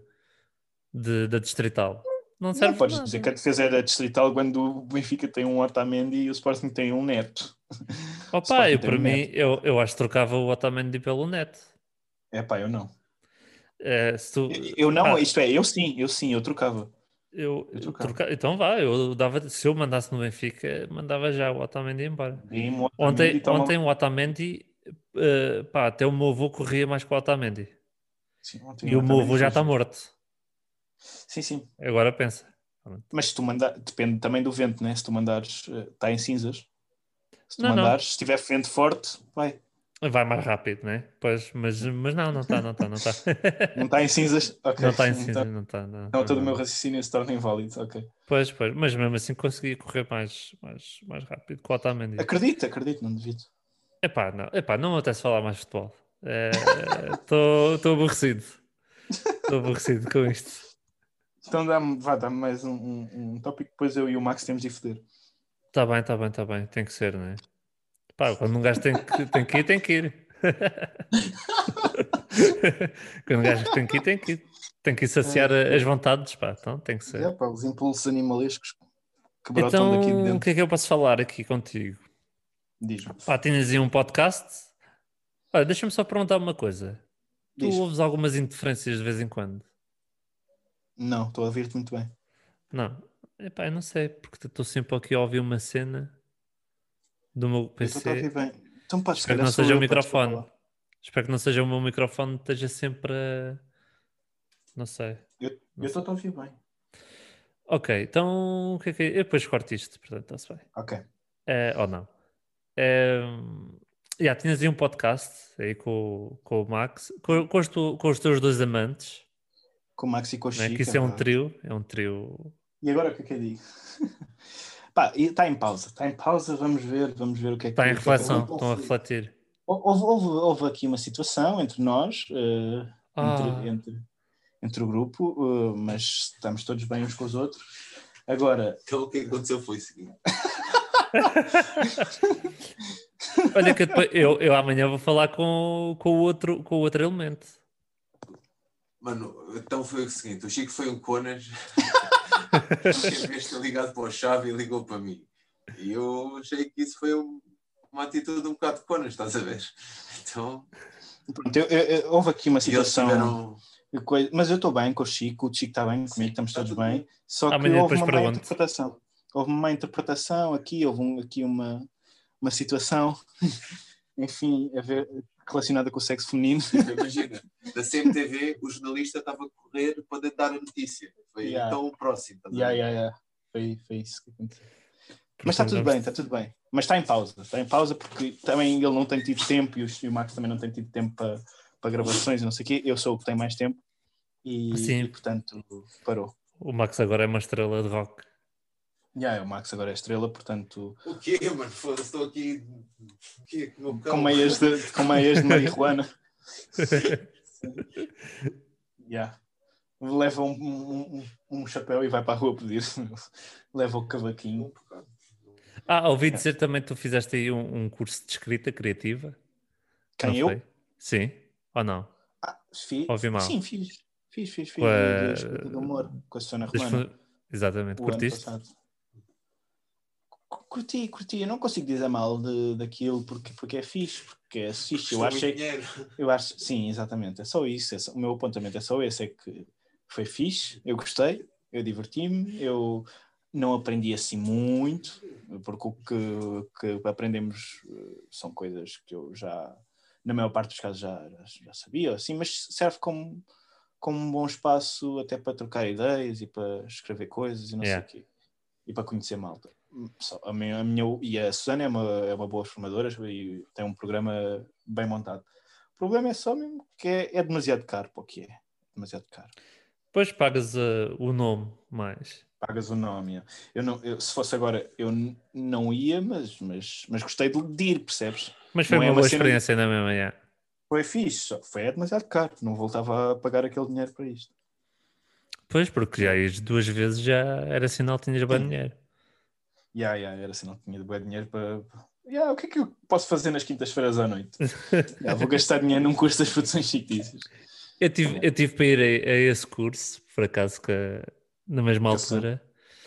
de, da Distrital? Não Não, serve de podes dizer que a nada. defesa era distrital quando o Benfica tem um Otamendi e o Sporting tem um Neto. O Opa, Sporting eu tem para um mim, Neto. eu, eu acho que trocava o Otamendi pelo Neto. É pá, eu não. Eh, se tu, Eu, eu não, pá, isto é, eu sim, eu sim, eu trocava. eu, Eu eu trocava. troca- então vá, eu dava, se eu mandasse no Benfica, mandava já o Otamendi embora. Dei-me o Otamendi Ontem, e toma lá. ontem o Otamendi, eh, pá, até o meu avô corria mais que o Otamendi. Sim, ontem E o o meu Otamendi avô já foi está giro. morto. Sim, sim. Agora pensa. Pronto. Mas se tu mandar, depende também do vento, né? Se tu mandares, está em cinzas. Se tu Não, não. mandares, se tiver vento forte, vai. Vai mais rápido, né? Pois, mas, mas não, não está, não está, não está. Não está em cinzas? Ok. Não está em Então, cinza, não está, não, então faz todo o meu mal. raciocínio se torna inválido. Ok. Pois, pois, mas mesmo assim conseguia correr mais, mais, mais rápido que o Otamendi. Acredito, acredito, não duvido. Epá, não, epá, não me apetece falar mais de futebol. Estou aborrecido. Estou aborrecido com isto. Então dá-me, vá, dá-me mais um, um, um tópico, depois eu e o Max temos de foder. Está bem, está bem, está bem. Tem que ser, não é? Pá, quando um gajo tem que, tem que ir, tem que ir. Quando um gajo tem que ir, tem que ir. Tem que ir saciar É, as vontades, pá. Então tem que ser. é, pá, os impulsos animalescos que brotam daqui de Então, o dentro. que é que eu posso falar aqui contigo? Diz-me. Pá, tinhas aí um podcast? Olha, deixa-me só perguntar uma coisa. Tu Diz. ouves algumas interferências de vez em quando? Não, estou a ouvir-te muito bem. Não. Epá, eu não sei, porque estou sempre aqui a ouvir uma cena do meu Eu estou a ouvir P C. bem. Então, pá, se Espero que calhar não sou seja o eu, pá, desculpa microfone. lá. Espero que não seja o meu microfone que esteja sempre a... Não sei. Eu Não eu sei. estou a ouvir bem. Ok, então o que é que é? Eu depois corto isto, portanto está-se bem. Ok. Eh, ou não. É, yeah, tinhas aí um podcast aí com, com o Max, com, com, os tu- com os teus dois amantes, Com o Max e com o né? Que Chico, é isso é um verdade. trio, é um trio. E agora o que é que eu digo? Pá, está em pausa. Está em pausa, vamos ver, vamos ver o que é que... Está em o que é que- reflexão, estão a refletir. Houve, houve, houve aqui uma situação entre nós, eh, entre, Ah, entre, entre o grupo, eh, mas estamos todos bem uns com os outros. Agora, Então o que aconteceu foi o seguinte. olha que eu, depois- eu, eu amanhã vou falar com, com, o outro, com o outro elemento. Mano, então foi o seguinte, o Chico foi um conas, em vez de ter ligado para o Chave, ligou para mim. E eu achei que isso foi um- uma atitude um bocado de conas, estás a ver? Então, Pronto, eu, eu, eu, houve aqui uma E eles situação, tiveram... coisa, mas eu estou bem com o Chico, o Chico está bem comigo, estamos está todos tudo bem, bem. só que Amanhã houve depois uma má pergunto. interpretação. Houve uma má interpretação aqui, houve um, aqui uma, uma situação, enfim, a ver, relacionada com o sexo feminino. Imagina, da C M T V o jornalista estava a correr para dar a notícia. Foi Yeah. então o próximo. estás a Yeah, ver? yeah, yeah. Foi, foi isso que aconteceu. Portanto, Mas está tudo vamos- bem, está tudo bem. Mas está em pausa. Está em pausa porque também ele não tem tido tempo e o, e o Max também não tem tido tempo para, para gravações e não sei o quê. Eu sou o que tem mais tempo e, Sim. e portanto, parou. O Max agora é uma estrela de rock. Yeah, o Max agora é estrela, portanto, O quê, mano? Foda-se, estou aqui. O quê? Com o meu cão? com meias de, com meias de marihuana. Yeah. Leva um, um, um, um chapéu e vai para a rua pedir. Leva o cavaquinho. Ah, ouvi dizer também que tu fizeste aí um, um curso de escrita criativa. Quem não eu? foi? Sim, ou não? Ah, fiz, Ouvi mal. sim, fiz. Fiz, fiz, fiz. Com a- De, de escrita de humor com a Susana Das Romana. fu- Exatamente, O ano curtiste? passado. Curti, curti. Eu não consigo dizer mal de, daquilo porque, porque é fixe. Porque é fixe. Eu Custou achei. muito dinheiro. Eu acho, sim, exatamente. É só isso. É só- o meu apontamento é só esse. É que foi fixe. Eu gostei. Eu diverti-me. Eu não aprendi assim muito. Porque o que, que aprendemos eh, são coisas que eu já, na maior parte dos casos, já, já sabia. Assim, mas serve como, como um bom espaço até para trocar ideias e para escrever coisas e não Yeah. sei o quê. E para conhecer malta. Só, a minha, a minha, e a Susana é uma, é uma boa formadora e tem um programa bem montado. O problema é só mesmo que é, é demasiado caro para o que é. Demasiado caro. Depois pagas uh, o nome mais. Pagas o nome. Eu não, eu, se fosse agora, eu n- não ia, mas, mas, mas gostei de, de ir, percebes? Mas foi Não é uma uma boa cena- experiência na mesma, yeah. Foi fixe, só foi é demasiado caro. Não voltava a pagar aquele dinheiro para isto. Pois, porque já ias duas vezes já era sinal que tinhas bem Sim. dinheiro. Ya, ya, era assim, não tinha de bom dinheiro para... Ya, o que é que eu posso fazer nas quintas-feiras à noite? Ya, vou gastar dinheiro num curso das produções fictícias. Eu tive, Também. eu tive para ir a, a esse curso, por acaso, que, na mesma Que altura,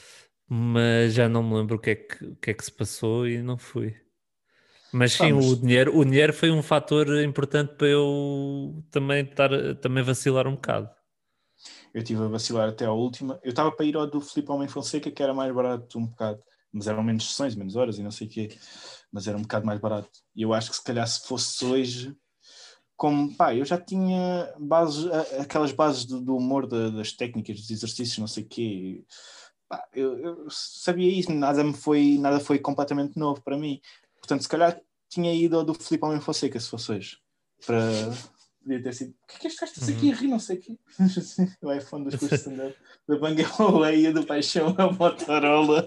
mas já não me lembro o que, é que, o que é que se passou e não fui. Mas sim, Vamos. o dinheiro, o dinheiro foi um fator importante para eu também, estar, também vacilar um bocado. Eu estive a vacilar até à última. Eu estava para ir ao do Filipe Homem Fonseca, que era mais barato um bocado. Mas eram menos sessões, menos horas e não sei o quê. Mas era um bocado mais barato. E eu acho que se calhar se fosse hoje... Como, pá, eu já tinha bases, a- aquelas bases do, do humor, da- das técnicas, dos exercícios, não sei o quê. Pá, eu, eu sabia isso, nada, me foi, nada foi completamente novo para mim. Portanto, se calhar tinha ido ao do Filipe Homem Fonseca, se fosse hoje. Para... Podia ter sido... O que é que este gajo está aqui a rir, não sei o quê? O iPhone dos cursos de stand-up. Da Bangalore e a do Paixão, a Motorola.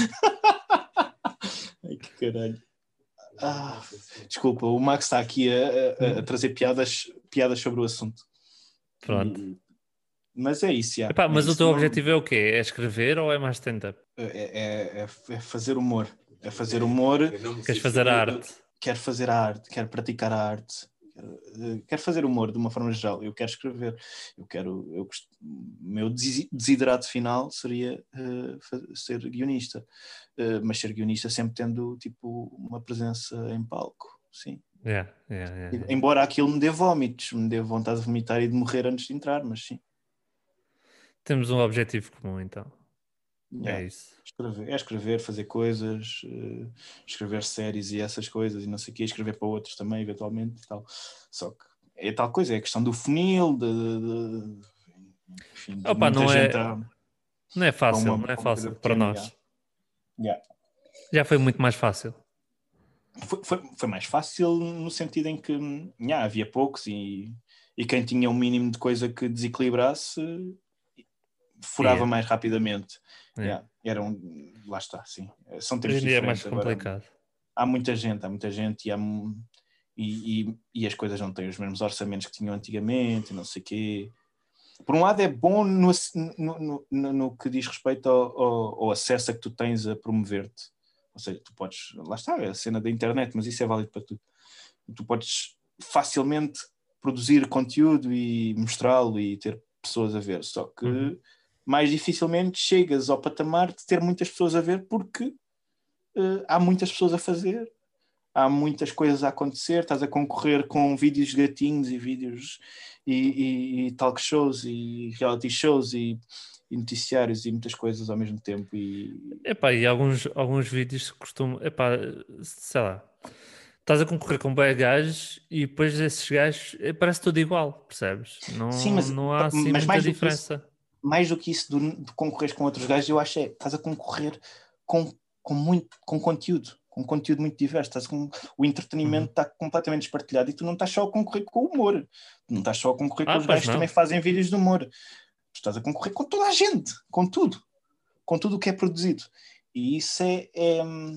Ai, que caralho. Ah, desculpa, o Max está aqui a, a- a trazer piadas, piadas sobre o assunto. Pronto. E- mas é isso, já. Epá, mas é o isso. teu Não- objetivo é o quê? É escrever ou é mais stand-up? é, é- é- é fazer humor. É fazer humor. Eu não me Queres sei fazer escrever. arte? Quero fazer a arte, quero praticar a arte. Quero, eh, quero fazer humor de uma forma geral. Eu quero escrever. Eu quero. Eu gost... O meu desi- desidrato final seria eh, fa- ser guionista. Eh, mas ser guionista sempre tendo tipo uma presença em palco. Sim. Yeah, yeah, yeah, yeah. Embora aquilo me dê vómitos, me dê vontade de vomitar e de morrer antes de entrar, mas sim. Temos um objetivo comum, então. Yeah. É isso. Escrever, é escrever, fazer coisas, eh, escrever séries e essas coisas e não sei o quê, escrever para outros também, eventualmente e tal. Só que é tal coisa, é a questão do funil, de, de- de- enfim, de Opa, muita não é- gente a- Não é fácil, uma- não é uma fácil coisa para pequena, nós. yeah. Yeah. Já foi muito mais fácil. Foi, foi, foi mais fácil no sentido em que yeah, havia poucos e, e quem tinha um mínimo de coisa que desequilibrasse furava Yeah. mais rapidamente. Yeah. Yeah. Era um, lá está, sim. São Hoje tempos em dia é mais diferentes. Agora, complicado. há muita gente, há muita gente e, há, mu- e, e, e as coisas não têm os mesmos orçamentos que tinham antigamente, não sei o quê. Por um lado é bom no, no, no, no, no que diz respeito ao, ao, ao acesso a que tu tens a promover-te. Ou seja, tu podes, lá está, é a cena da internet, mas isso é válido para tudo. Tu podes facilmente produzir conteúdo e mostrá-lo e ter pessoas a ver, só que Uhum. mais dificilmente chegas ao patamar de ter muitas pessoas a ver porque uh, há muitas pessoas a fazer, há muitas coisas a acontecer, estás a concorrer com vídeos de gatinhos e vídeos e, e, e talk shows e reality shows e, e noticiários e muitas coisas ao mesmo tempo e... Epá, e alguns, alguns vídeos costumam, epá, sei lá, estás a concorrer com bem gajos e depois esses gajos eh, parece tudo igual, percebes? Não, Sim, mas, não há assim mas muita mais do que isso, diferença. mais do que isso de, de concorrer com outros gajos, eu acho é estás a concorrer com, com, muito, com conteúdo, com conteúdo muito diverso. Estás com, o entretenimento Uhum. está completamente espartilhado e tu não estás só a concorrer com o humor, tu não estás só a concorrer Ah, com os pois gajos que não. também fazem vídeos de humor, tu estás a concorrer com toda a gente, com tudo, com tudo o que é produzido. E isso é, é,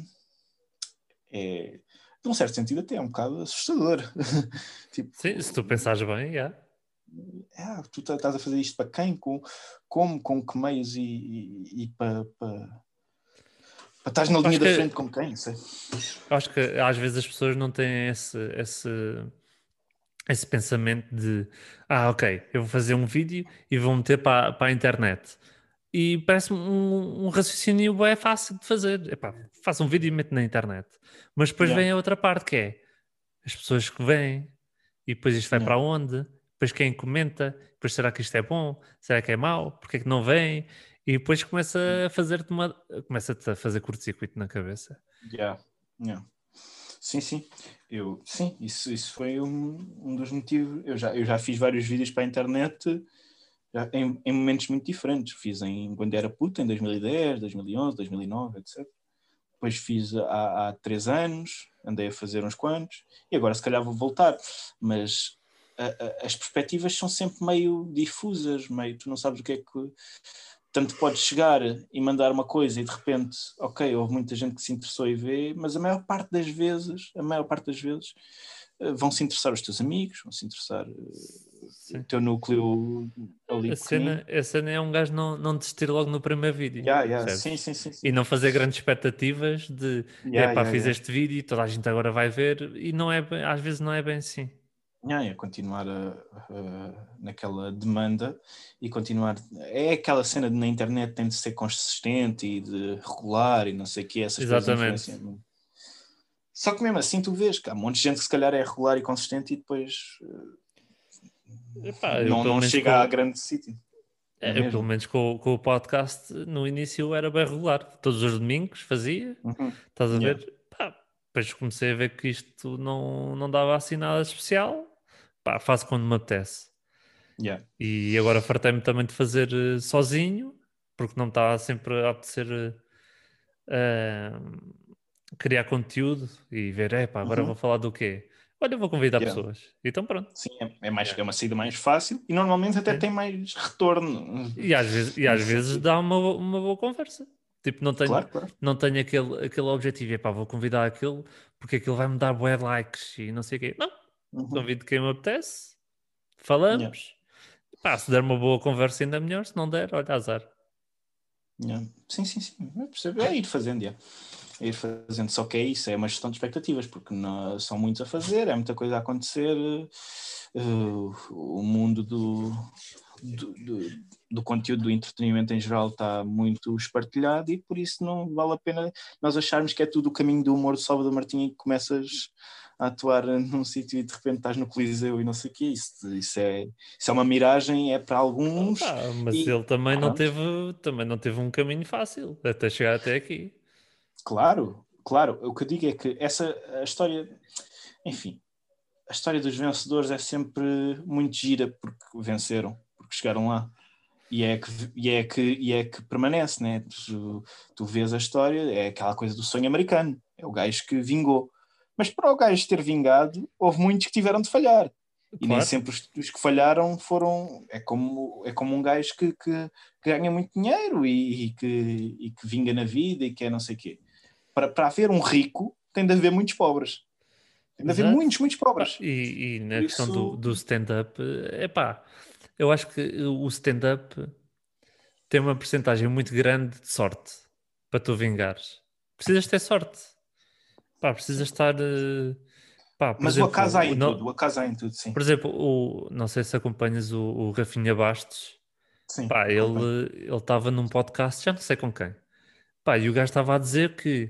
é de um certo sentido até é um bocado assustador. Tipo, Sim, se tu pensares bem, yeah. é, tu estás a fazer isto para quem? Com, como? Com que meios? E, e, e para, para, para estás na linha Acho da que, frente com quem? Sei. acho que às vezes as pessoas não têm esse, esse, esse pensamento de ah, ok, eu vou fazer um vídeo e vou meter para, para a internet. E parece-me um, um raciocínio bem fácil de fazer. Epá, faça um vídeo e mete na internet. Mas depois Yeah. vem a outra parte que é as pessoas que vêm e depois isto vai Yeah. para onde? Depois quem comenta? Depois será que isto é bom? Será que é mau? Porquê é que não vem? E depois começa a fazer-te uma... começa-te a fazer curto-circuito na cabeça. Yeah. Yeah. Sim, sim. Eu, sim, isso, isso foi um, um dos motivos. Eu já, eu já fiz vários vídeos para a internet já, em, em momentos muito diferentes. Fiz em, quando era puta, em dois mil e dez, dois mil e onze, dois mil e nove, etcétera. Depois fiz há, há três anos, andei a fazer uns quantos, e agora se calhar vou voltar. Mas a, a, as perspectivas são sempre meio difusas, meio, tu não sabes o que é que... Tanto podes chegar e mandar uma coisa e de repente, ok, houve muita gente que se interessou e vê, mas a maior parte das vezes, a maior parte das vezes, vão se interessar os teus amigos, vão se interessar Sim. o teu núcleo ali a cena, a cena é um gajo não, não desistir logo no primeiro vídeo. Yeah, yeah. Sim, sim, sim, sim. E não fazer grandes expectativas de Yeah, epá, yeah, fiz yeah. este vídeo e toda a gente agora vai ver e não é bem- às vezes não é bem assim. Yeah, é continuar a, a, naquela demanda e continuar. É aquela cena de na internet tem de ser consistente e de regular e não sei o que, essas coisas Exatamente. influenciam muito. Só que mesmo assim tu vês que há um monte de gente que se calhar é regular e consistente e depois Epá, eu, não, pelo não menos chega com, a grande sítio. é, É eu, pelo mesmo? menos com, com o podcast no início era bem regular. Todos os domingos fazia, Uhum. estás a Yeah. ver? Pá, depois comecei a ver que isto não, não dava assim nada especial. Pá, faço quando me apetece. Yeah. E agora fartei-me também de fazer eh, sozinho, porque não me estava sempre a apetecer eh, criar conteúdo e ver, epá, agora Uhum. vou falar do quê? Olha, vou convidar Yeah. pessoas. Então pronto. Sim, é, é, mais, Yeah. é uma saída mais fácil e normalmente até Sim. tem mais retorno. E às vezes, e às Nesse vezes sentido. dá uma, uma boa conversa. Tipo, não tenho, Claro, claro. não tenho aquele, aquele objetivo, epá, vou convidar aquele porque aquilo vai-me dar bué likes e não sei o quê. Não, Uhum. convido quem me apetece, Yeah. falamos. Pá, se der uma boa conversa ainda melhor, se não der, olha, azar. Yeah. Sim, sim, sim. Eu percebo. É ir fazendo, yeah. É ir fazendo. Só que é isso, é uma gestão de expectativas, porque não, são muitos a fazer, é muita coisa a acontecer. Uh, o mundo do, do, do, do conteúdo do entretenimento em geral está muito espartilhado e por isso não vale a pena nós acharmos que é tudo o caminho do humor do Salvador Martinha e que começas a atuar num sítio e de repente estás no Coliseu e não sei o quê. Isso, isso, é, isso é uma miragem, é para alguns. Ah, mas E, ele também não pronto. teve, também não teve um caminho fácil até chegar até aqui. Claro, claro. O que eu digo é que essa a história, enfim, a história dos vencedores é sempre muito gira porque venceram, porque chegaram lá. E é que, e é que, e é que permanece, né? Tu, tu vês a história, é aquela coisa do sonho americano. É o gajo que vingou. Mas para o gajo ter vingado, houve muitos que tiveram de falhar. E nem Claro. sempre os, os que falharam foram... É como, é como um gajo que, que, que ganha muito dinheiro e, e, que, e que vinga na vida e que é não sei o quê. Para, para haver um rico, tem de haver muitos pobres. Tem de haver Exato. muitos, muitos pobres. Pá, e, e na Por questão do, isso... do stand-up, é pá, eu acho que o stand-up tem uma percentagem muito grande de sorte para tu vingares. Precisas ter sorte. Pá, precisas estar. eh, Pá, por Mas o exemplo, acaso há o, em não, tudo. O acaso há em tudo, sim. por exemplo, o, não sei se acompanhas o, o Rafinha Bastos. Sim, Pá, acompanho. ele ele estava num podcast, já não sei com quem. Pá, e o gajo estava a dizer que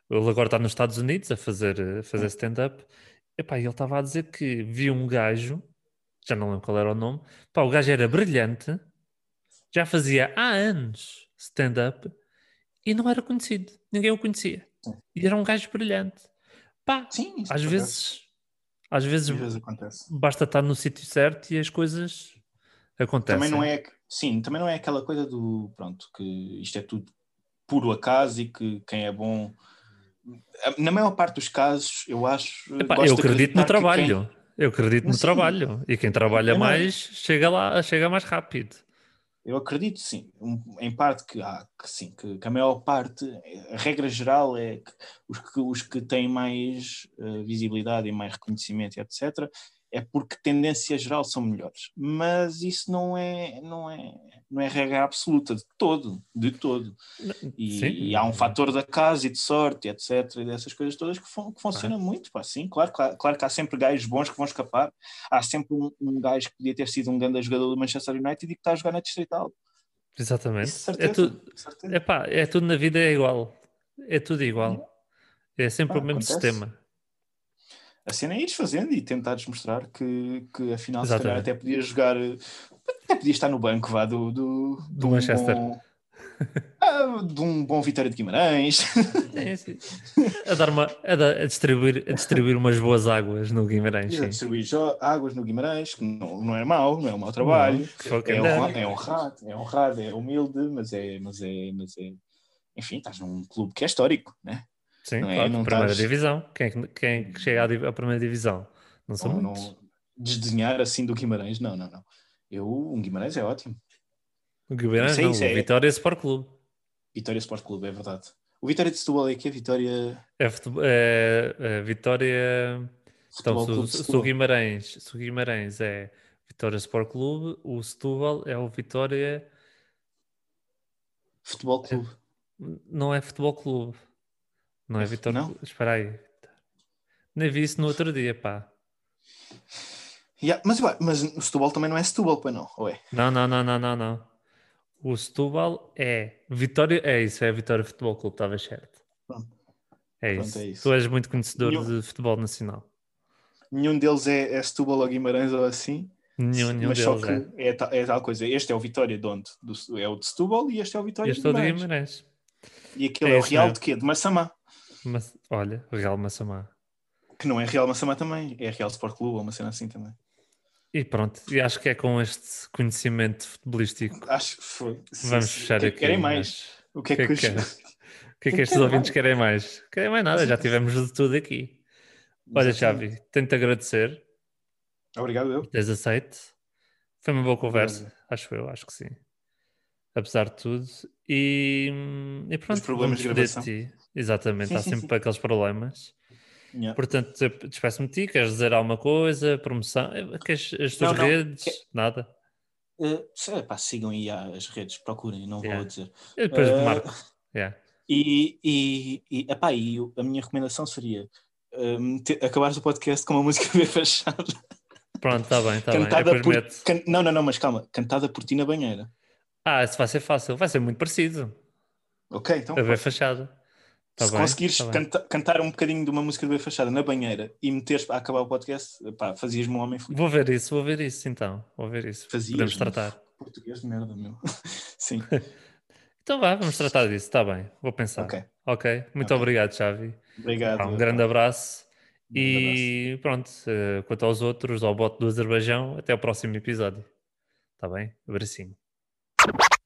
Ele agora está nos Estados Unidos a fazer, a fazer stand-up. Epá, e ele estava a dizer que viu um gajo, já não lembro qual era o nome, pá, o gajo era brilhante, já fazia há anos stand-up e não era conhecido, ninguém o conhecia. Sim. E era um gajo brilhante. Pá, Sim, isso às acontece. vezes, às vezes Às vezes acontece. basta estar no sítio certo e as coisas acontecem. Também não é, sim, também não é aquela coisa do, pronto, que isto é tudo puro acaso e que quem é bom... Na maior parte dos casos, eu acho... Epá, gosto eu de acredito no acreditar que trabalho. quem- Eu acredito no Sim. trabalho. E quem trabalha Eu não- mais chega lá, chega mais rápido. Eu acredito, sim, um- em parte que há, que sim, que, que a maior parte, a regra geral é que os que, os que têm mais uh, visibilidade e mais reconhecimento, etcétera, é porque tendência geral são melhores. Mas isso não é, não é, não é regra absoluta de todo, de todo. E, Sim. e há um fator da casa e de sorte, etcétera, e dessas coisas todas que, fun, que funciona Claro. muito, pá, sim, claro, claro, claro que há sempre gajos bons que vão escapar. Há sempre um, um gajo que podia ter sido um grande jogador do Manchester United e que está a jogar na Distrital. Exatamente. Isso, certeza, é, tudo, certeza. epá, é tudo na vida é igual. É tudo igual. É sempre Pá, o mesmo acontece. sistema. A cena é ires fazendo e tentares mostrar que, que afinal se calhar Exatamente. até podias jogar, até podias estar no banco vá, do, do, Do de um Manchester. bom ah, de um bom Vitória de Guimarães. Sim, sim. A, dar uma, a, dar- a distribuir, a distribuir umas boas águas no Guimarães. A Sim. distribuir jo- águas no Guimarães, que não, não é mau, não é um mau trabalho. Não, que foi É, quem honra, dera. é honrado, é honrado, é humilde, mas é, mas é, mas é. Enfim, estás num clube que é histórico, né? Sim, Não é? claro. Não Primeira estás. divisão. Quem é que, quem é que chega à, div- à primeira divisão? Não são Não, muitos. não desdenhar assim do Guimarães, não, não, não. Eu, um Guimarães é ótimo. O Guimarães Isso é não, isso, o é Vitória Sport Clube. Vitória Sport Clube, é verdade. O Vitória de Setúbal é que é Vitória É, futebol, é, é Vitória. Então, Futebol se, o- Clube de se o Setúbal. Guimarães, se o Guimarães é Vitória Sport Clube, o Setúbal é o Vitória. Futebol Clube. Não é Futebol Clube. Não é É, Vitória. não? Espera aí. Nem vi isso no outro dia, pá. Yeah, mas, ué, mas o Setúbal também não é Setúbal, pois não? Ou é? Não, não, não, não, não, não. O Setúbal é Vitória. É isso, é Vitória Futebol Clube, estavas certo. Pronto, É pronto, isso. é isso. Tu és muito conhecedor Nenhum, de futebol nacional. nenhum deles é, é Setúbal ou Guimarães ou assim. Nenhum, nenhum Mas só deles que é. é, ta- é tal coisa. Este é o Vitória de onde? Do, é o de Setúbal e este é o Vitória de Este é o de Guimarães. Guimarães. E aquele É é, o isso Real mesmo. de quê? De Massamá. Mas, olha, Real Massamá. Que não é Real Massamá também. É Real Sport Clube ou uma cena assim também. E pronto, e acho que é com este conhecimento futebolístico Acho que foi. Sim, vamos sim. fechar O que é aqui. que querem mais? Acho. O que é O que é que, que, os... quer? O que é que que estes querem ouvintes mais? querem mais? Querem mais nada, já tivemos de tudo aqui. Olha, Exatamente. Xavi, tento agradecer Obrigado, por eu. teres aceito. Foi uma boa conversa, Obrigado. acho eu, acho que sim. Apesar de tudo. E, e Dos pronto, problemas vamos de despedir gravação. de ti. Exatamente, Sim, há sim, sempre sim. aqueles problemas. Yeah. Portanto, despeço-me de ti. Queres dizer alguma coisa? Promoção? Queres as tuas Não, não. redes? Que- Nada? Uh, sei, pá, sigam aí as redes, procurem, não vou Yeah. dizer. Eu depois Uh, marco. Yeah. e, e, e, epá, e eu- a minha recomendação seria um, ter, acabares o podcast com uma música bem fechada. Pronto, está bem, está bem. Eu Cantada depois por. meto. Can, não, não, não, mas calma. Cantada por ti na banheira. Ah, isso vai ser fácil. Vai ser muito parecido. Ok, então. A ver força. fachada. Tá Se bem, conseguires tá bem. canta, cantar um bocadinho de uma música de bem fechada na banheira e meteres para acabar o podcast, pá, fazias-me um homem feliz. Vou ver isso, vou ver isso então. Vou ver isso. Fazias, Podemos tratar. Português de merda, meu. Sim. Então vá, vamos tratar disso. Está bem, vou pensar. Ok. Ok, muito Ok. obrigado, Xavi. Obrigado. Pá, um eu, grande pá. abraço. Um grande E pronto, eh, quanto aos outros, ao bote do Azerbaijão, até o próximo episódio. Está bem? Abracinho.